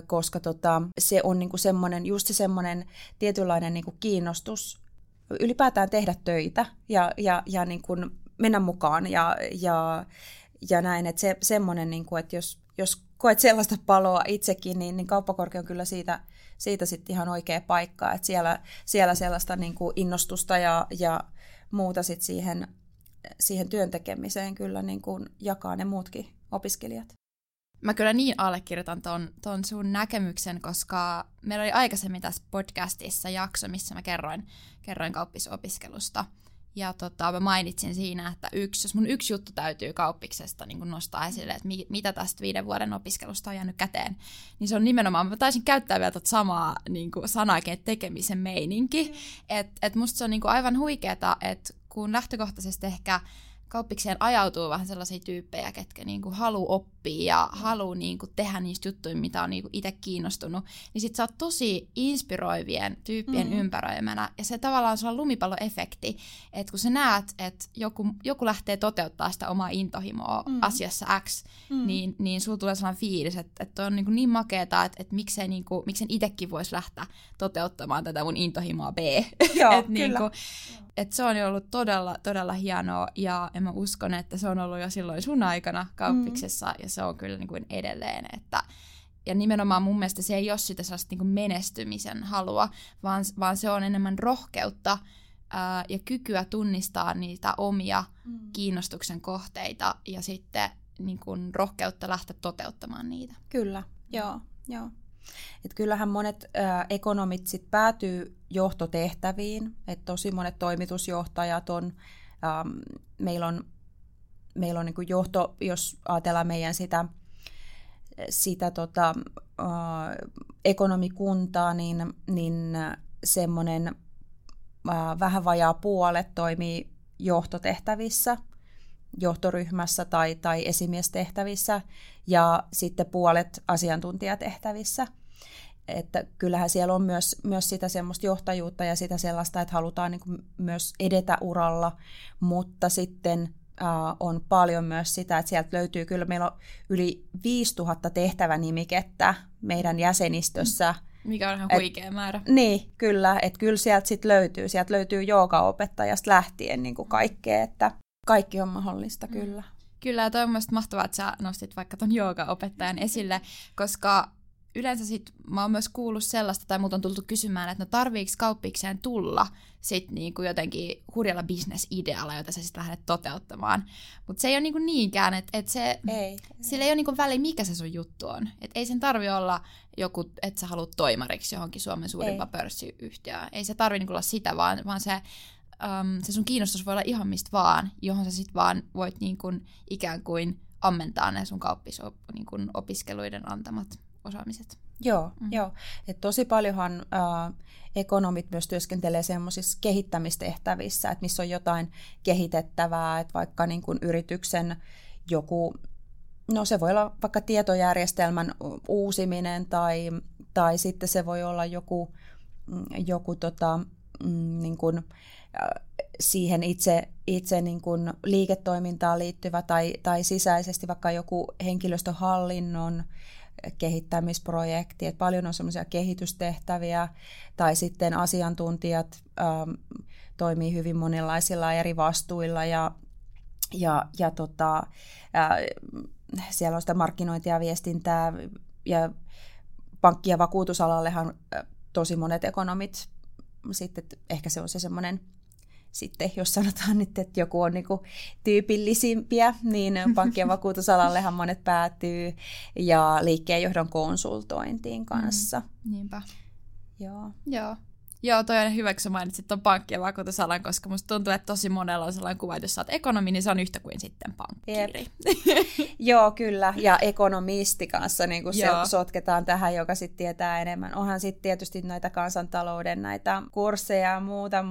se on niin kuin semmoinen, just se semmoinen tietynlainen niin kuin kiinnostus ylipäätään tehdä töitä ja niin kuin mennä mukaan ja näin, että semmoinen, niin kuin, että jos koet sellaista paloa itsekin, niin Kauppakorkea on kyllä siitä sitten ihan oikea paikka, että siellä sellaista niin kuin innostusta ja muuta sitten siihen työn tekemiseen kyllä niin kuin jakaa ne muutkin opiskelijat. Mä kyllä niin allekirjoitan ton sun näkemyksen, koska meillä oli aikaisemmin tässä podcastissa jakso, missä mä kerroin kauppisopiskelusta. Ja mä mainitsin siinä, että jos mun yksi juttu täytyy kauppiksesta niin nostaa esille, että mitä tästä 5 vuoden opiskelusta on jäänyt käteen, niin se on nimenomaan, mä taisin käyttää vielä samaa niin sanaakin, että tekemisen meininki. Että musta se on niin aivan huikeeta, että kun lähtökohtaisesti ehkä kauppikseen ajautuu vähän sellaisia tyyppejä, ketkä niinku haluaa oppia ja haluaa niinku tehdä niistä juttuja, mitä on niinku itse kiinnostunut, niin sit sä oot tosi inspiroivien tyyppien ympäröimänä, ja se tavallaan on lumipalloefekti, että kun sä näet, että joku lähtee toteuttaa sitä omaa intohimoa asiassa X, niin sulla tulee sellainen fiilis, että on niin makeeta, että miksei itsekin voisi lähteä toteuttamaan tätä mun intohimoa B. Joo, kyllä. Että se on ollut todella, todella hienoa, ja mä uskon, että se on ollut jo silloin sun aikana kauppiksessa, ja se on kyllä niin kuin edelleen. Ja nimenomaan mun mielestä se ei ole sitä sellaista niin kuin menestymisen halua, vaan se on enemmän rohkeutta ja kykyä tunnistaa niitä omia kiinnostuksen kohteita, ja sitten niin kuin rohkeutta lähteä toteuttamaan niitä. Kyllä, joo. Et kyllähän monet ekonomit sit päätyy johtotehtäviin, että tosi monet toimitusjohtajat on, meillä on niin kuin johto, jos ajatellaan meidän sitä ekonomikuntaa, niin semmoinen vähän vajaa puolet toimii johtotehtävissä, johtoryhmässä tai esimiestehtävissä, ja sitten puolet asiantuntijatehtävissä. Että kyllähän siellä on myös sitä semmoista johtajuutta ja sitä sellaista, että halutaan niin kuin myös edetä uralla, mutta sitten on paljon myös sitä, että sieltä löytyy, kyllä meillä on yli 5000 tehtävänimikettä meidän jäsenistössä. Mikä on ihan huikea määrä. Niin, kyllä, että kyllä sieltä löytyy joogaopettajasta lähtien niin kuin kaikkea, että kaikki on mahdollista, kyllä. Kyllä, ja toi on mielestäni mahtavaa, että sä nostit vaikka ton joogaopettajan esille, koska yleensä mä oon myös kuullut sellaista, tai mut on tultu kysymään, että no tarviiko kauppikseen tulla sit niinku jotenkin hurjalla business-idealla, jota sä sit lähdet toteuttamaan. Mutta se ei ole niinku niinkään, että sillä ei ole niinku väliä, mikä se sun juttu on. Että ei sen tarvi olla joku, että sä haluat toimariksi johonkin Suomen suurimpaan pörssiyhtiöön. Ei se tarvi niinku olla sitä, vaan se sun kiinnostus voi olla ihan mistä vaan, johon sä sit vaan voit niinku ikään kuin ammentaa ne sun kauppisopiskeluiden antamat osaamiset. Joo. Et tosi paljonhan ekonomit myös työskentelee semmoisissa kehittämistehtävissä, että missä on jotain kehitettävää, että vaikka niin kuin yrityksen joku, no se voi olla vaikka tietojärjestelmän uusiminen tai sitten se voi olla joku niin kuin, siihen itse niin kuin liiketoimintaan liittyvä tai sisäisesti vaikka joku henkilöstöhallinnon kehittämisprojekti, että paljon on semmoisia kehitystehtäviä, tai sitten asiantuntijat toimii hyvin monenlaisilla eri vastuilla, ja siellä on sitä markkinointia ja viestintää, ja pankki- ja vakuutusalallehan tosi monet ekonomit, sitten ehkä se on se semmoinen, sitten jos sanotaan nyt, että joku on niinku tyypillisimpiä, niin pankki- ja vakuutusalallehan monet päätyy, ja liikkeenjohdon konsultointiin kanssa. Niinpä. Joo. Joo, toi on hyvä, kun sä mainitsit ton pankki- ja vakuutusalan, koska musta tuntuu, että tosi monella on sellainen kuva, että jos sä oot ekonomi, niin se on yhtä kuin sitten pankkiiri. Joo, kyllä. Ja ekonomisti kanssa niin kun se sotketaan tähän, joka sitten tietää enemmän. Onhan sitten tietysti näitä kansantalouden näitä kursseja ja muuta,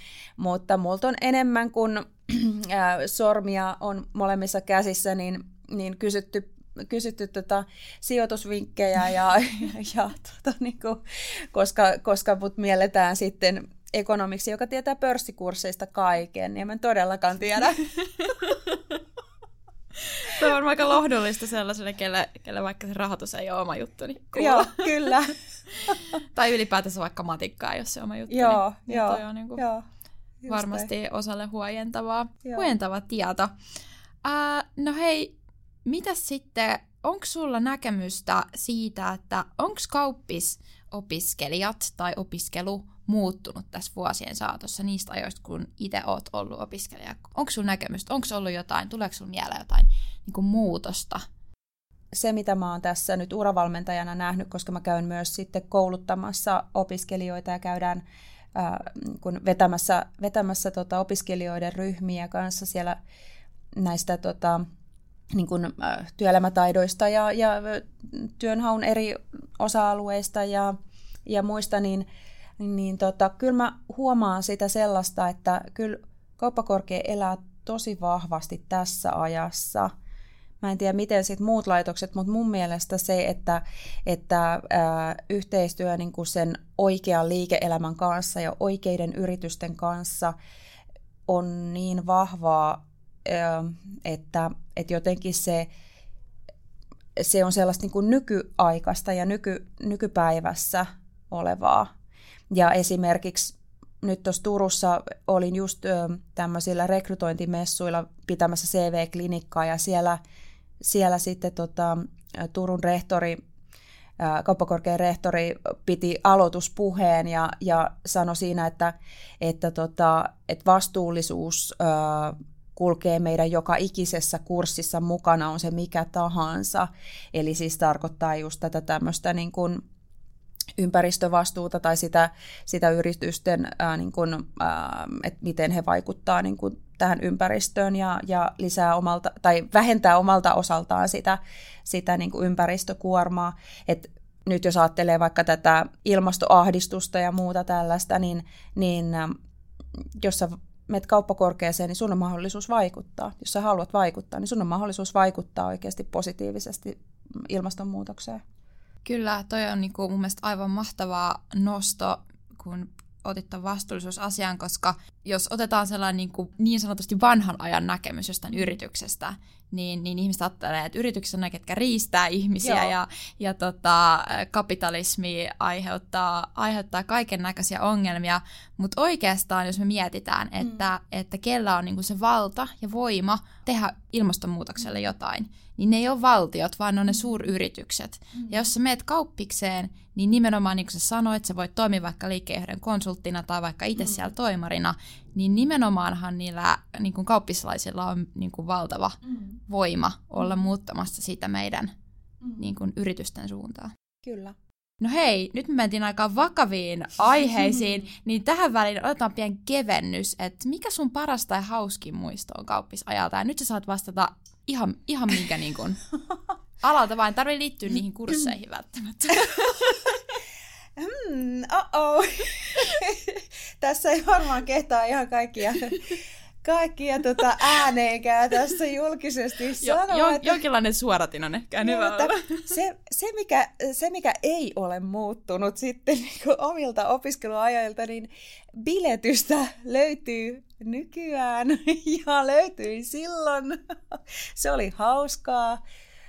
mutta multa on enemmän kuin sormia on molemmissa käsissä, niin niin kysytty sijoitusvinkkejä koska mut mielletään sitten ekonomiksi, joka tietää pörssikursseista kaiken, niin en todellakaan tiedä. Se on varmaan aika lohdullista sellaiselle, kelle vaikka se rahoitus ei ole oma juttu. Niin joo, kyllä. Tai ylipäätänsä vaikka matikkaa, jos se on oma juttu. Joo, niin toi on niinku varmasti osalle huojentava tieto. No hei, mitäs sitten, onko sulla näkemystä siitä, että onko kauppisopiskelijat tai opiskelu muuttunut tässä vuosien saatossa niistä ajoista, kun itse oot ollut opiskelija? Onko sulla näkemystä, onko ollut jotain, tuleeko sulla mieleen jotain niin kuin muutosta? Se, mitä mä oon tässä nyt uravalmentajana nähnyt, koska mä käyn myös sitten kouluttamassa opiskelijoita ja käydään kun vetämässä opiskelijoiden ryhmiä kanssa siellä näistä niin kuin, työelämätaidoista ja työnhaun eri osa-alueista ja muista, niin kyllä mä huomaan sitä sellaista, että kyllä kauppakorkea elää tosi vahvasti tässä ajassa. Mä en tiedä, miten sit muut laitokset, mutta mun mielestä se, että yhteistyö niin kuin sen oikean liike-elämän kanssa ja oikeiden yritysten kanssa on niin vahvaa, että jotenkin se on sellaista niin kuin nykyaikaista ja nykypäivässä olevaa. Ja esimerkiksi nyt tuossa Turussa olin just tämmöisillä rekrytointimessuilla pitämässä CV-klinikkaa ja siellä sitten Turun rehtori, kauppakorkean rehtori piti aloituspuheen ja sanoi siinä, että vastuullisuus kulkee meidän joka ikisessä kurssissa mukana, on se mikä tahansa. Eli siis tarkoittaa just tätä tämmöistä niin kuin ympäristövastuuta tai sitä yritysten, niin kuin, että miten he vaikuttaa niin kuin tähän ympäristöön ja lisää tai vähentää omalta osaltaan sitä niin kuin ympäristökuormaa. Et nyt jos ajattelee vaikka tätä ilmastoahdistusta ja muuta tällaista, niin jos sä menet kauppakorkeaseen, niin sun on mahdollisuus vaikuttaa. Jos sä haluat vaikuttaa, niin sun on mahdollisuus vaikuttaa oikeasti positiivisesti ilmastonmuutokseen. Kyllä, toi on niinku mun mielestä aivan mahtava nosto, kun otit tämän vastuullisuusasian, koska jos otetaan sellainen niin sanotusti vanhan ajan näkemys jostain yrityksestä, niin ihmiset ajattelee, että yrityksessä on ne, ketkä riistää ihmisiä ja kapitalismi aiheuttaa kaiken näköisiä ongelmia, mutta oikeastaan jos me mietitään, että kellä on niinku se valta ja voima tehdä ilmastonmuutokselle jotain, niin ne ei ole valtiot, vaan ne on ne suuryritykset. Ja jos sä meet kauppikseen, niin nimenomaan niin kuin sä sanoit, sä voit toimia vaikka liikkeenjohdon konsulttina tai vaikka itse siellä toimarina, niin nimenomaanhan niillä niin kuin kauppislaisilla on niin kuin valtava voima olla muuttamassa sitä meidän niin kuin yritysten suuntaan. Kyllä. No hei, nyt me mentiin aika vakaviin aiheisiin, niin tähän väliin otetaan pieni kevennys, että mikä sun paras tai hauskin muisto on kauppisajalta? Ja nyt sä saat vastata ihan minkä niin kuin alalta vain, tarvii liittyä niihin kursseihin välttämättä. Tässä ei varmaan kehtaa ihan kaikkia ääneenkään tässä julkisesti sanoa. Jonkinlainen suoratin ehkä hyvä olla. Se, mikä ei ole muuttunut sitten niin omilta opiskeluajoilta, niin biletystä löytyy nykyään ja löytyi silloin. Se oli hauskaa.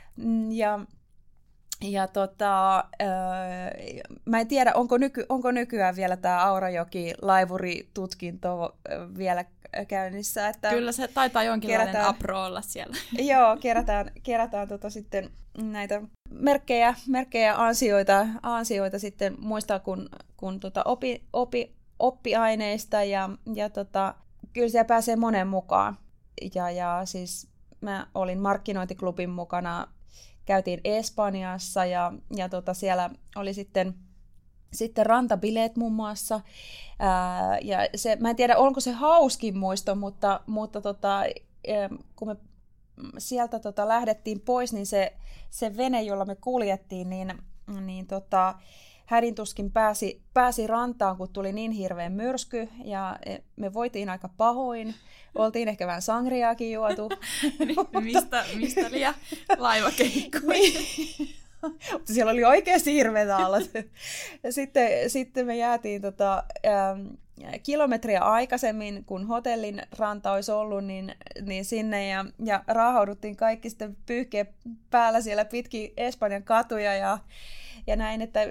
Mä en tiedä, onko nykyään vielä tämä Aurajoki-laivuritutkinto vielä käynnissä. Että kyllä se taitaa jonkinlainen apro olla siellä. Joo, kerätään sitten näitä merkkejä ansioita sitten muistaa kun oppiaineista ja kyllä siellä pääsee monen mukaan. Ja siis mä olin markkinointiklubin mukana. Käytiin Espanjassa ja siellä oli sitten rantabileet muun muassa. Ja mä en tiedä, onko se hauskin muisto, mutta kun me sieltä lähdettiin pois, niin se vene, jolla me kuljettiin, niin hädintuskin pääsi rantaan, kun tuli niin hirveä myrsky, ja me voitiin aika pahoin. Oltiin ehkä vähän sangriaakin juotu. mistä liian laiva keikkui? Mutta siellä oli oikeasti hirveät aallot. Sitten me jäätiin kilometriä aikaisemmin, kun hotellin ranta olisi ollut, niin sinne ja raahauduttiin kaikki sitten pyyhkeä päällä siellä pitkin Espanjan katuja ja näin, että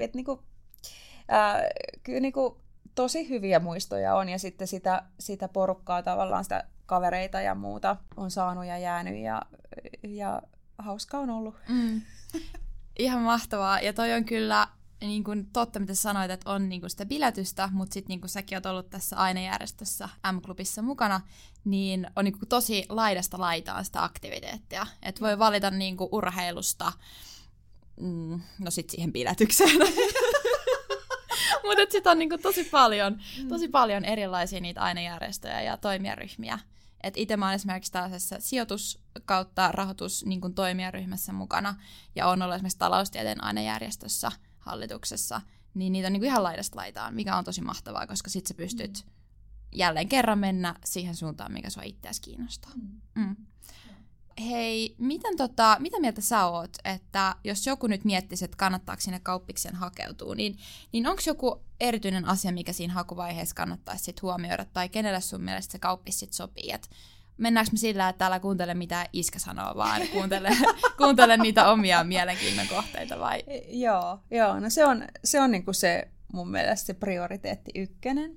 kyllä niinku tosi hyviä muistoja on, ja sitten sitä porukkaa tavallaan, sitä kavereita ja muuta on saanut ja jäänyt, ja hauskaa on ollut. Ihan mahtavaa, ja toi on kyllä niin kuin totta, mitä sanoit, että on niin kuin sitä biletystä, mutta sitten niin kuin säkin oot ollut tässä ainejärjestössä M-klubissa mukana, niin on niin kuin tosi laidasta laitaan sitä aktiviteettia. Että voi valita niin kuin urheilusta, no sitten siihen biletykseen. Mutta sitten on niin kuin tosi paljon erilaisia niitä ainejärjestöjä ja toimijaryhmiä. Et itse mä oon esimerkiksi tällaisessa sijoitus- kautta rahoitus niin kuin toimijaryhmässä mukana, ja on ollut esimerkiksi taloustieteen ainejärjestössä hallituksessa, niin niitä on niin kuin ihan laidasta laitaan, mikä on tosi mahtavaa, koska sit sä pystyt jälleen kerran mennä siihen suuntaan, mikä sua itseäsi kiinnostaa. Hei, mitä mieltä sä oot, että jos joku nyt miettisi, että kannattaako sinne kauppikseen hakeutua, niin onko joku erityinen asia, mikä siinä hakuvaiheessa kannattaisi sit huomioida, tai kenelle sun mielestä se kauppis sit sopii? Et mennäänkö me sillä, että älä kuuntele mitä iskä sanoo, vaan kuuntele niitä omia mielenkiinnon kohteita vai? Joo, no se on niinku se mun mielestä se prioriteetti ykkönen.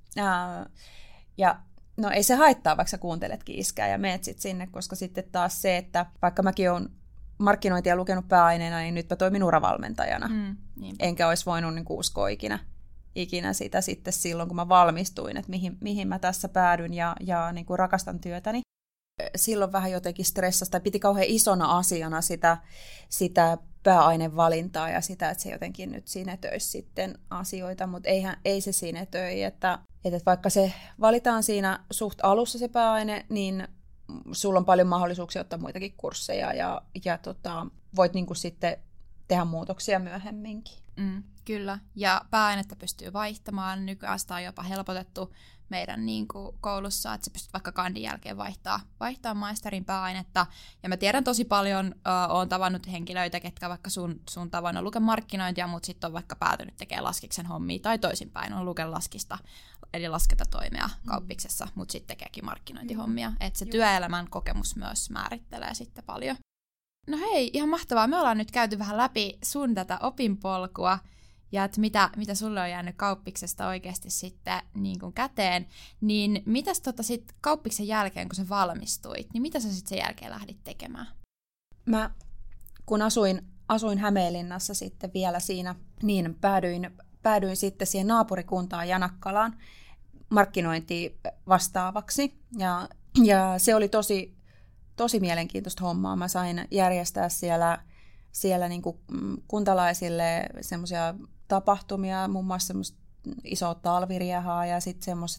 Ja no ei se haittaa, vaikka sä kuunteletkin iskää ja meet sit sinne, koska sitten taas se, että vaikka mäkin olen markkinointia lukenut pääaineena, niin nyt mä toimin uravalmentajana. Enkä olisi voinut niinku uskoa ikinä sitä sitten silloin, kun mä valmistuin, että mihin mä tässä päädyn ja niin kuin rakastan työtäni. Silloin vähän jotenkin stressasi, tai piti kauhean isona asiana sitä pääainevalintaa ja sitä, että se jotenkin nyt sinetöisi sitten asioita, mutta ei se sinetöi, että vaikka se valitaan siinä suht alussa se pääaine, niin sulla on paljon mahdollisuuksia ottaa muitakin kursseja ja voit niin kuin sitten tehdä muutoksia myöhemminkin. Kyllä, ja pääainetta pystyy vaihtamaan. Nykyään sitä on jopa helpotettu meidän niin kuin koulussa, että sä pystyt vaikka kandin jälkeen vaihtaa maisterin pääainetta. Ja mä tiedän tosi paljon, oon tavannut henkilöitä, ketkä vaikka sun tavoin on luke markkinointia, mutta sitten on vaikka päätynyt tekemään laskiksen hommia, tai toisinpäin on luke laskista, eli laskentatoimea kauppiksessa, mutta sitten tekeekin markkinointihommia. Että se työelämän kokemus myös määrittelee sitten paljon. No hei, ihan mahtavaa. Me ollaan nyt käyty vähän läpi sun tätä opinpolkua ja että mitä sulle on jäänyt kauppiksesta oikeasti sitten niin kuin käteen. Niin mitäs sitten kauppiksen jälkeen, kun sä valmistuit, niin mitä sä sitten sen jälkeen lähdit tekemään? Mä kun asuin Hämeenlinnassa sitten vielä siinä, niin päädyin sitten siihen naapurikuntaan Janakkalaan markkinointiin vastaavaksi. Ja se oli tosi mielenkiintoista hommaa. Mä sain järjestää siellä niin kuin kuntalaisille semmoisia tapahtumia, muun muassa semmoista isoa talviriehaa ja sitten semmoista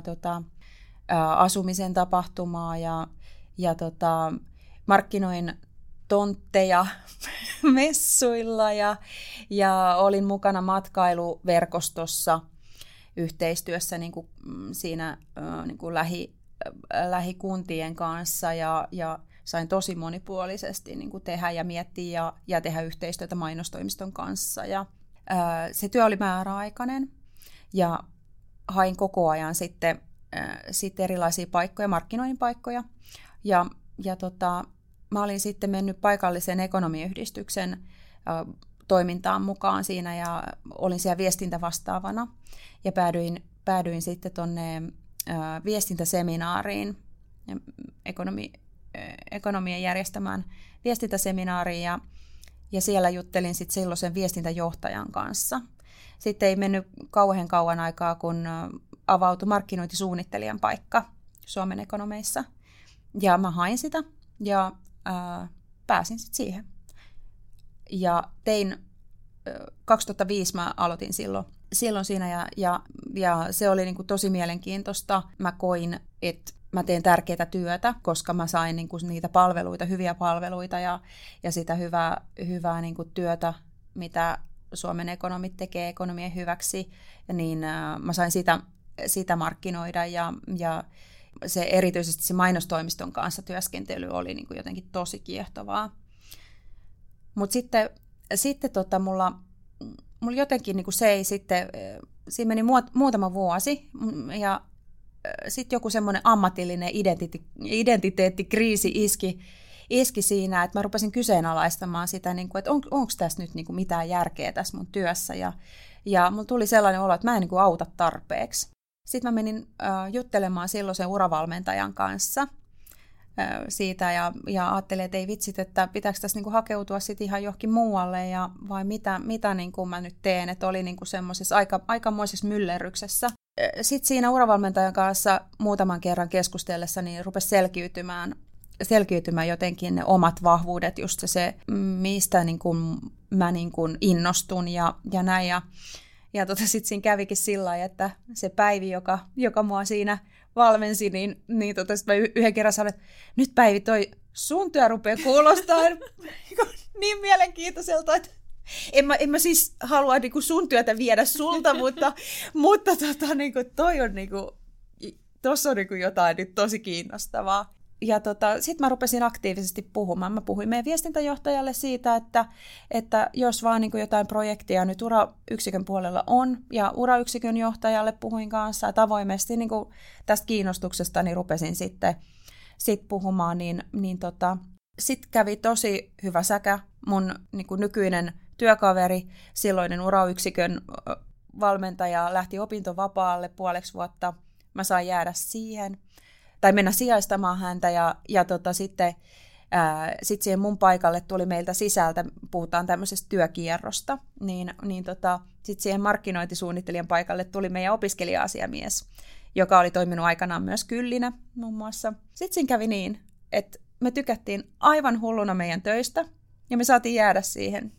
asumisen tapahtumaa ja markkinoin tontteja messuilla ja olin mukana matkailuverkostossa yhteistyössä niin kuin siinä niin kuin lähikuntien kanssa ja sain tosi monipuolisesti niin kuin tehdä ja miettiä ja tehdä yhteistyötä mainostoimiston kanssa. Ja, se työ oli määräaikainen ja hain koko ajan sitten erilaisia paikkoja, markkinoinnin paikkoja. Ja mä olin sitten mennyt paikallisen ekonomiyhdistyksen toimintaan mukaan siinä ja olin siellä viestintävastaavana ja päädyin sitten tuonne viestintäseminaariin, ekonomian järjestämään viestintäseminaariin ja siellä juttelin sitten silloisen viestintäjohtajan kanssa. Sitten ei mennyt kauan aikaa, kun avautui markkinointisuunnittelijan paikka Suomen ekonomeissa. Ja mä hain sitä ja pääsin sitten siihen. Ja 2005 mä aloitin silloin siinä ja se oli niinku tosi mielenkiintoista. Mä koin, että mä teen tärkeää työtä, koska mä sain niinku niitä palveluita, hyviä palveluita ja sitä hyvää niinku työtä, Suomen ekonomit tekee ekonomien hyväksi, niin mä sain sitä markkinoida ja se erityisesti se mainostoimiston kanssa työskentely oli niin kuin jotenkin tosi kiehtovaa. Mutta sitten mulla jotenkin niin kuin se ei sitten, siinä meni muutama vuosi ja sitten joku semmoinen ammatillinen identiteettikriisi iski siinä, että mä rupesin kyseenalaistamaan sitä, niin kuin, että onko tässä nyt niin kuin mitään järkeä tässä mun työssä. Ja mulla tuli sellainen olo, että mä en niin kuin auta tarpeeksi. Sitten mä menin juttelemaan silloisen uravalmentajan kanssa siitä ja ajattelin, että ei vitsit, että pitääkö tässä niin kuin hakeutua sitten ihan johonkin muualle vai mitä niin kuin mä nyt teen. Että oli niin kuin semmoisessa aikamoisessa myllerryksessä. Sitten siinä uravalmentajan kanssa muutaman kerran keskustellessa niin rupesi selkiytymään jotenkin ne omat vahvuudet, just se mistä niin kuin mä niin kuin innostun ja näin. Ja sitten siinä kävikin sillä lailla, että se Päivi, joka mua siinä valmensi, niin mä yhden kerran sanoin, että nyt Päivi, toi sun työ rupeaa kuulostaa niin mielenkiintoiselta, että en mä siis halua niin kuin sun työtä viedä sulta, mutta niin kuin toi on niin kuin, tossa on niin kuin jotain nyt tosi kiinnostavaa. Ja sitten mä rupesin aktiivisesti puhumaan. Mä puhuin meidän viestintäjohtajalle siitä, että jos vaan niin kuin jotain projektia nyt urayksikön puolella on, ja urayksikön johtajalle puhuin kanssa, että avoimesti niin kuin tästä kiinnostuksesta niin rupesin sitten puhumaan, niin sitten kävi tosi hyvä säkä. Mun niin kuin nykyinen työkaveri, silloinen urayksikön valmentaja, lähti opintovapaalle puoleksi vuotta. Mä sain jäädä siihen. Tai mennä sijaistamaan häntä, ja sitten siihen mun paikalle tuli meiltä sisältä, puhutaan tämmöisestä työkierrosta, niin sitten siihen markkinointisuunnittelijan paikalle tuli meidän opiskelija-asiamies, joka oli toiminut aikanaan myös Kyllinä muun muassa. Sitten siinä kävi niin, että me tykättiin aivan hulluna meidän töistä, ja me saatiin jäädä siihen.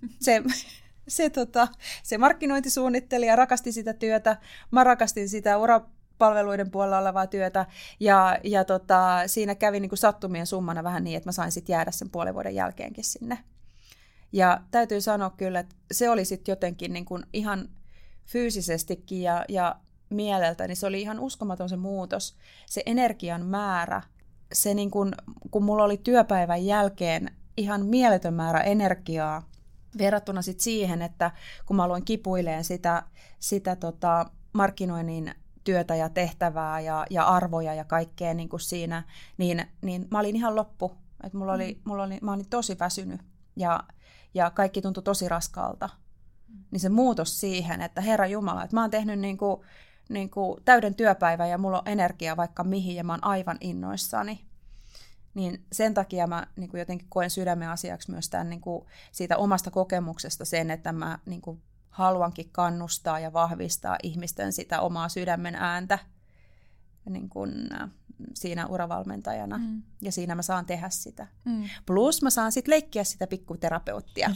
Se markkinointisuunnittelija rakasti sitä työtä, mä rakastin sitä palveluiden puolella olevaa työtä, ja siinä kävi niin kuin sattumien summana vähän niin, että mä sain sitten jäädä sen puolen vuoden jälkeenkin sinne. Ja täytyy sanoa kyllä, että se oli sitten jotenkin niin kuin ihan fyysisestikin ja mieleltä, niin se oli ihan uskomaton se muutos. Se energian määrä, se niin kuin, kun mulla oli työpäivän jälkeen ihan mieletön määrä energiaa verrattuna sitten siihen, että kun mä aloin kipuileen sitä markkinoinnin työtä ja tehtävää ja arvoja ja kaikkea niin kuin siinä, niin mä olin ihan loppu. Että mä olin tosi väsynyt ja kaikki tuntui tosi raskaalta. Niin se muutos siihen, että Herra Jumala, että mä oon tehnyt niin kuin täyden työpäivän ja mulla on energiaa vaikka mihin ja mä oon aivan innoissani. Niin sen takia mä niin kuin jotenkin koen sydämen asiaksi myös tämän niin kuin siitä omasta kokemuksesta sen, että mä niin kuin haluankin kannustaa ja vahvistaa ihmisten sitä omaa sydämen ääntä niin kuin siinä uravalmentajana. Ja siinä mä saan tehdä sitä. Plus mä saan sitten leikkiä sitä pikkuterapeuttia.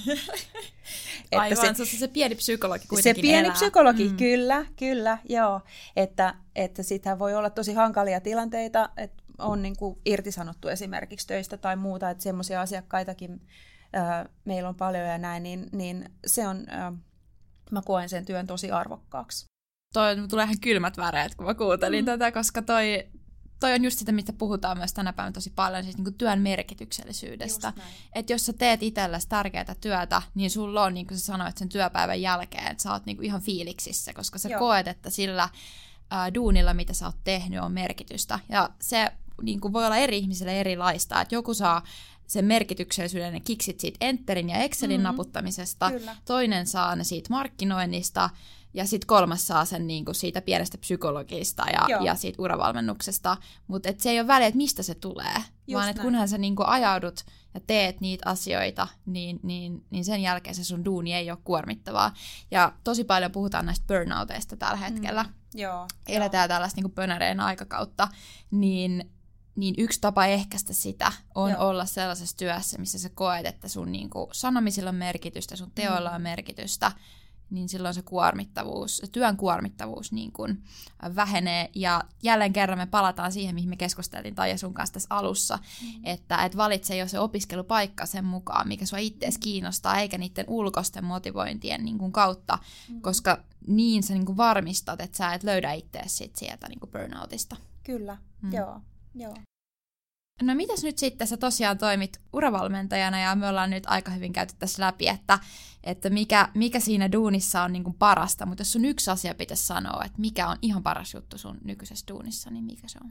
Aivan, se pieni psykologi kuitenkin se pieni elää. Psykologi, kyllä, joo. Että sitä voi olla tosi hankalia tilanteita, että on niin kuin irtisanottu esimerkiksi töistä tai muuta, että semmoisia asiakkaitakin meillä on paljon ja näin, niin se on... Mä koen sen työn tosi arvokkaaksi. Tulee ihan kylmät väreet, kun mä kuuntelin tätä, koska toi on just sitä, mistä puhutaan myös tänä päivänä tosi paljon, siis niin kuin työn merkityksellisyydestä. Että jos sä teet itsellesi tärkeää työtä, niin sulla on, niin kuin sä sanoit sen työpäivän jälkeen, että sä oot niin kuin ihan fiiliksissä, koska sä koet, että sillä duunilla, mitä sä oot tehnyt, on merkitystä. Ja se niin kuin voi olla eri ihmisille erilaista, että joku saa sen merkityksellisyyden ne kiksit siitä Enterin ja Excelin naputtamisesta, kyllä. Toinen saa ne siitä markkinoinnista, ja sitten kolmas saa sen niinku siitä pienestä psykologista ja siitä uravalmennuksesta. Mutta se ei ole väliä, että mistä se tulee, just vaan että kunhan sä niinku ajaudut ja teet niitä asioita, niin sen jälkeen se sun duuni ei ole kuormittavaa. Ja tosi paljon puhutaan näistä burnouteista tällä hetkellä. Eletään tällaista niinku pönäreen aikakautta, niin yksi tapa ehkäistä sitä on olla sellaisessa työssä, missä sä koet, että sun niinku sanomisilla on merkitystä, sun teoilla on merkitystä, niin silloin se kuormittavuus, se työn kuormittavuus niin kuin vähenee. Ja jälleen kerran me palataan siihen, mihin me keskusteltiin Taija sun kanssa tässä alussa, että valitse jo se opiskelupaikka sen mukaan, mikä sua itseesi kiinnostaa, eikä niiden ulkoisten motivointien niin kuin kautta, koska niin sä niin kuin varmistat, että sä et löydä itseäsi sieltä niin kuin burnoutista. Kyllä, joo. No mitäs nyt sitten, sä tosiaan toimit uravalmentajana ja me ollaan nyt aika hyvin käyty tässä läpi, että mikä siinä duunissa on niin kuin parasta, mutta jos sun yksi asia pitäisi sanoa, että mikä on ihan paras juttu sun nykyisessä duunissa, niin mikä se on?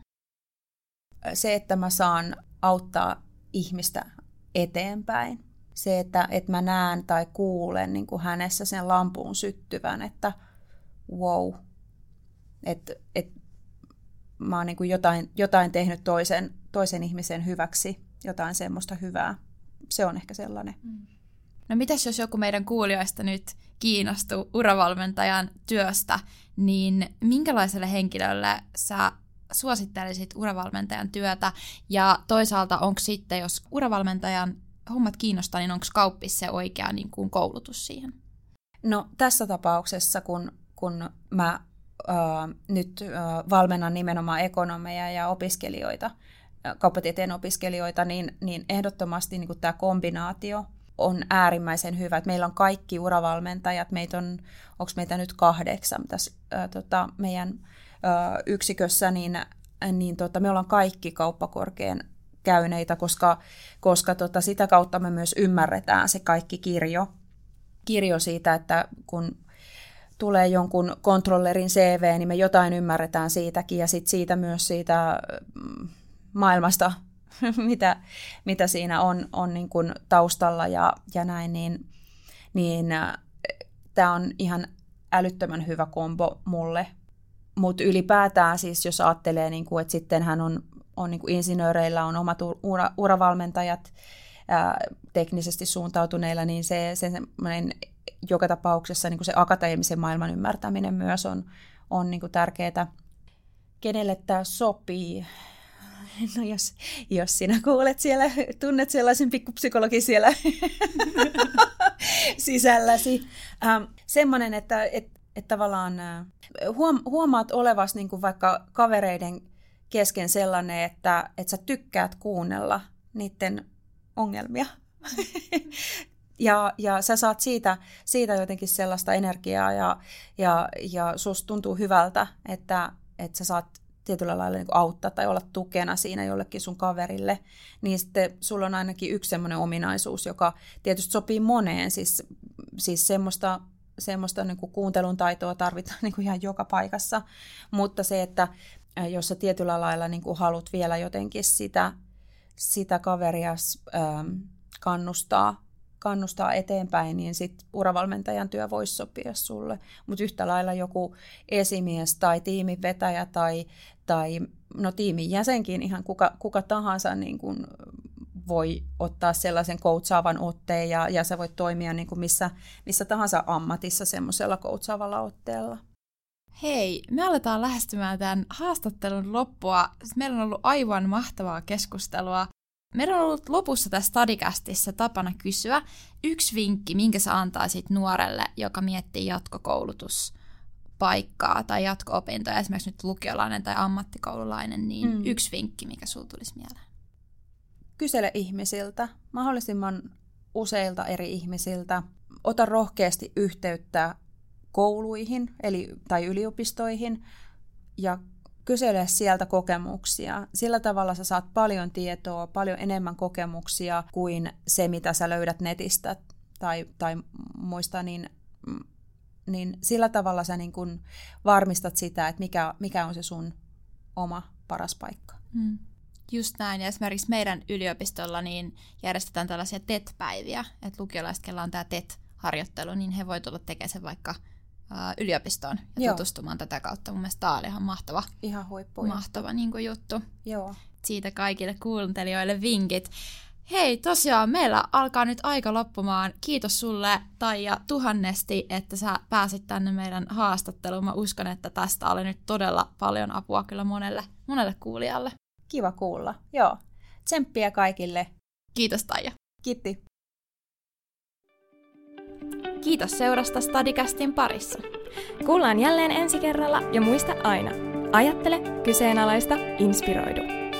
Se, että mä saan auttaa ihmistä eteenpäin. Se, että mä näen tai kuulen niin kuin hänessä sen lampun syttyvän, että wow, että mä oon niin kuin jotain tehnyt toisen ihmisen hyväksi, jotain semmoista hyvää. Se on ehkä sellainen. No mitäs jos joku meidän kuulijoista nyt kiinnostuu uravalmentajan työstä, niin minkälaiselle henkilölle sä suosittelisit uravalmentajan työtä? Ja toisaalta onko sitten, jos uravalmentajan hommat kiinnostaa, niin onko kauppis se oikea niin kuin koulutus siihen? No tässä tapauksessa, kun mä nyt valmennan nimenomaan ekonomeja ja opiskelijoita, kauppatieteen opiskelijoita, niin ehdottomasti niin tämä kombinaatio on äärimmäisen hyvä. Että meillä on kaikki uravalmentajat, onko meitä nyt 8 tässä meidän yksikössä, niin me ollaan kaikki kauppakorkean käyneitä, koska sitä kautta me myös ymmärretään se kaikki kirjo siitä, että kun tulee jonkun kontrollerin CV, niin me jotain ymmärretään siitäkin, ja sitten siitä myös siitä maailmasta, mitä siinä on niin kuin taustalla ja näin, niin tämä on ihan älyttömän hyvä kombo mulle. Mutta ylipäätään siis, jos ajattelee, niin kuin, että sittenhän on niin kuin insinööreillä on omat uravalmentajat teknisesti suuntautuneilla, niin se semmoinen joka tapauksessa niin kuin se akateemisen maailman ymmärtäminen myös on niin kuin tärkeää. Kenelle tämä sopii? No jos sinä kuulet siellä, tunnet sellaisen pikkupsykologin siellä sisälläsi. Semmoinen, että tavallaan huomaat olevasi niin kuin vaikka kavereiden kesken sellainen, että sä tykkäät kuunnella niiden ongelmia. Ja sä saat siitä jotenkin sellaista energiaa ja susta tuntuu hyvältä, että sä saat tietyllä lailla niin kuin auttaa tai olla tukena siinä jollekin sun kaverille, niin sitten sulla on ainakin yksi semmoinen ominaisuus, joka tietysti sopii moneen, siis semmoista niin kuin kuuntelun taitoa tarvitaan niin kuin ihan joka paikassa, mutta se, että jos sä tietyllä lailla niin kuin haluat vielä jotenkin sitä kaveria kannustaa eteenpäin, niin sitten uravalmentajan työ voisi sopia sulle. Mutta yhtä lailla joku esimies tai tiimin vetäjä tai tiimin jäsenkin, ihan kuka tahansa niin kun voi ottaa sellaisen coachaavan otteen ja sä voit toimia niin kun missä tahansa ammatissa semmoisella coachaavalla otteella. Hei, me aletaan lähestymään tämän haastattelun loppua. Meillä on ollut aivan mahtavaa keskustelua. Meillä on ollut lopussa tässä Studycastissa tapana kysyä yksi vinkki, minkä sä antaisit nuorelle, joka miettii jatkokoulutuspaikkaa tai jatko-opintoja, esimerkiksi nyt lukiolainen tai ammattikoululainen, niin yksi vinkki, mikä sulla tulisi mieleen? Kysele ihmisiltä, mahdollisimman useilta eri ihmisiltä. Ota rohkeasti yhteyttä kouluihin tai yliopistoihin ja kysele sieltä kokemuksia. Sillä tavalla sä saat paljon tietoa, paljon enemmän kokemuksia kuin se, mitä sä löydät netistä tai muista, niin sillä tavalla sä niin kun varmistat sitä, että mikä on se sun oma paras paikka. Just näin. Ja esimerkiksi meidän yliopistolla niin järjestetään tällaisia TET-päiviä, että lukiolaiset, kellä on tämä TET-harjoittelu, niin he voi tulla tekemään sen vaikka yliopistoon ja tutustumaan tätä kautta. Mun mielestä tämä oli ihan mahtava, mahtava niin kuin juttu. Joo. Siitä kaikille kuuntelijoille vinkit. Hei, tosiaan meillä alkaa nyt aika loppumaan. Kiitos sulle, Taija, tuhannesti, että sä pääsit tänne meidän haastatteluun. Mä uskon, että tästä oli nyt todella paljon apua kyllä monelle kuulijalle. Kiva kuulla. Joo. Tsemppiä kaikille. Kiitos, Taija. Kiitti. Kiitos seurasta Stadicastin parissa. Kuullaan jälleen ensi kerralla ja muista aina. Ajattele, kyseenalaista, inspiroidu.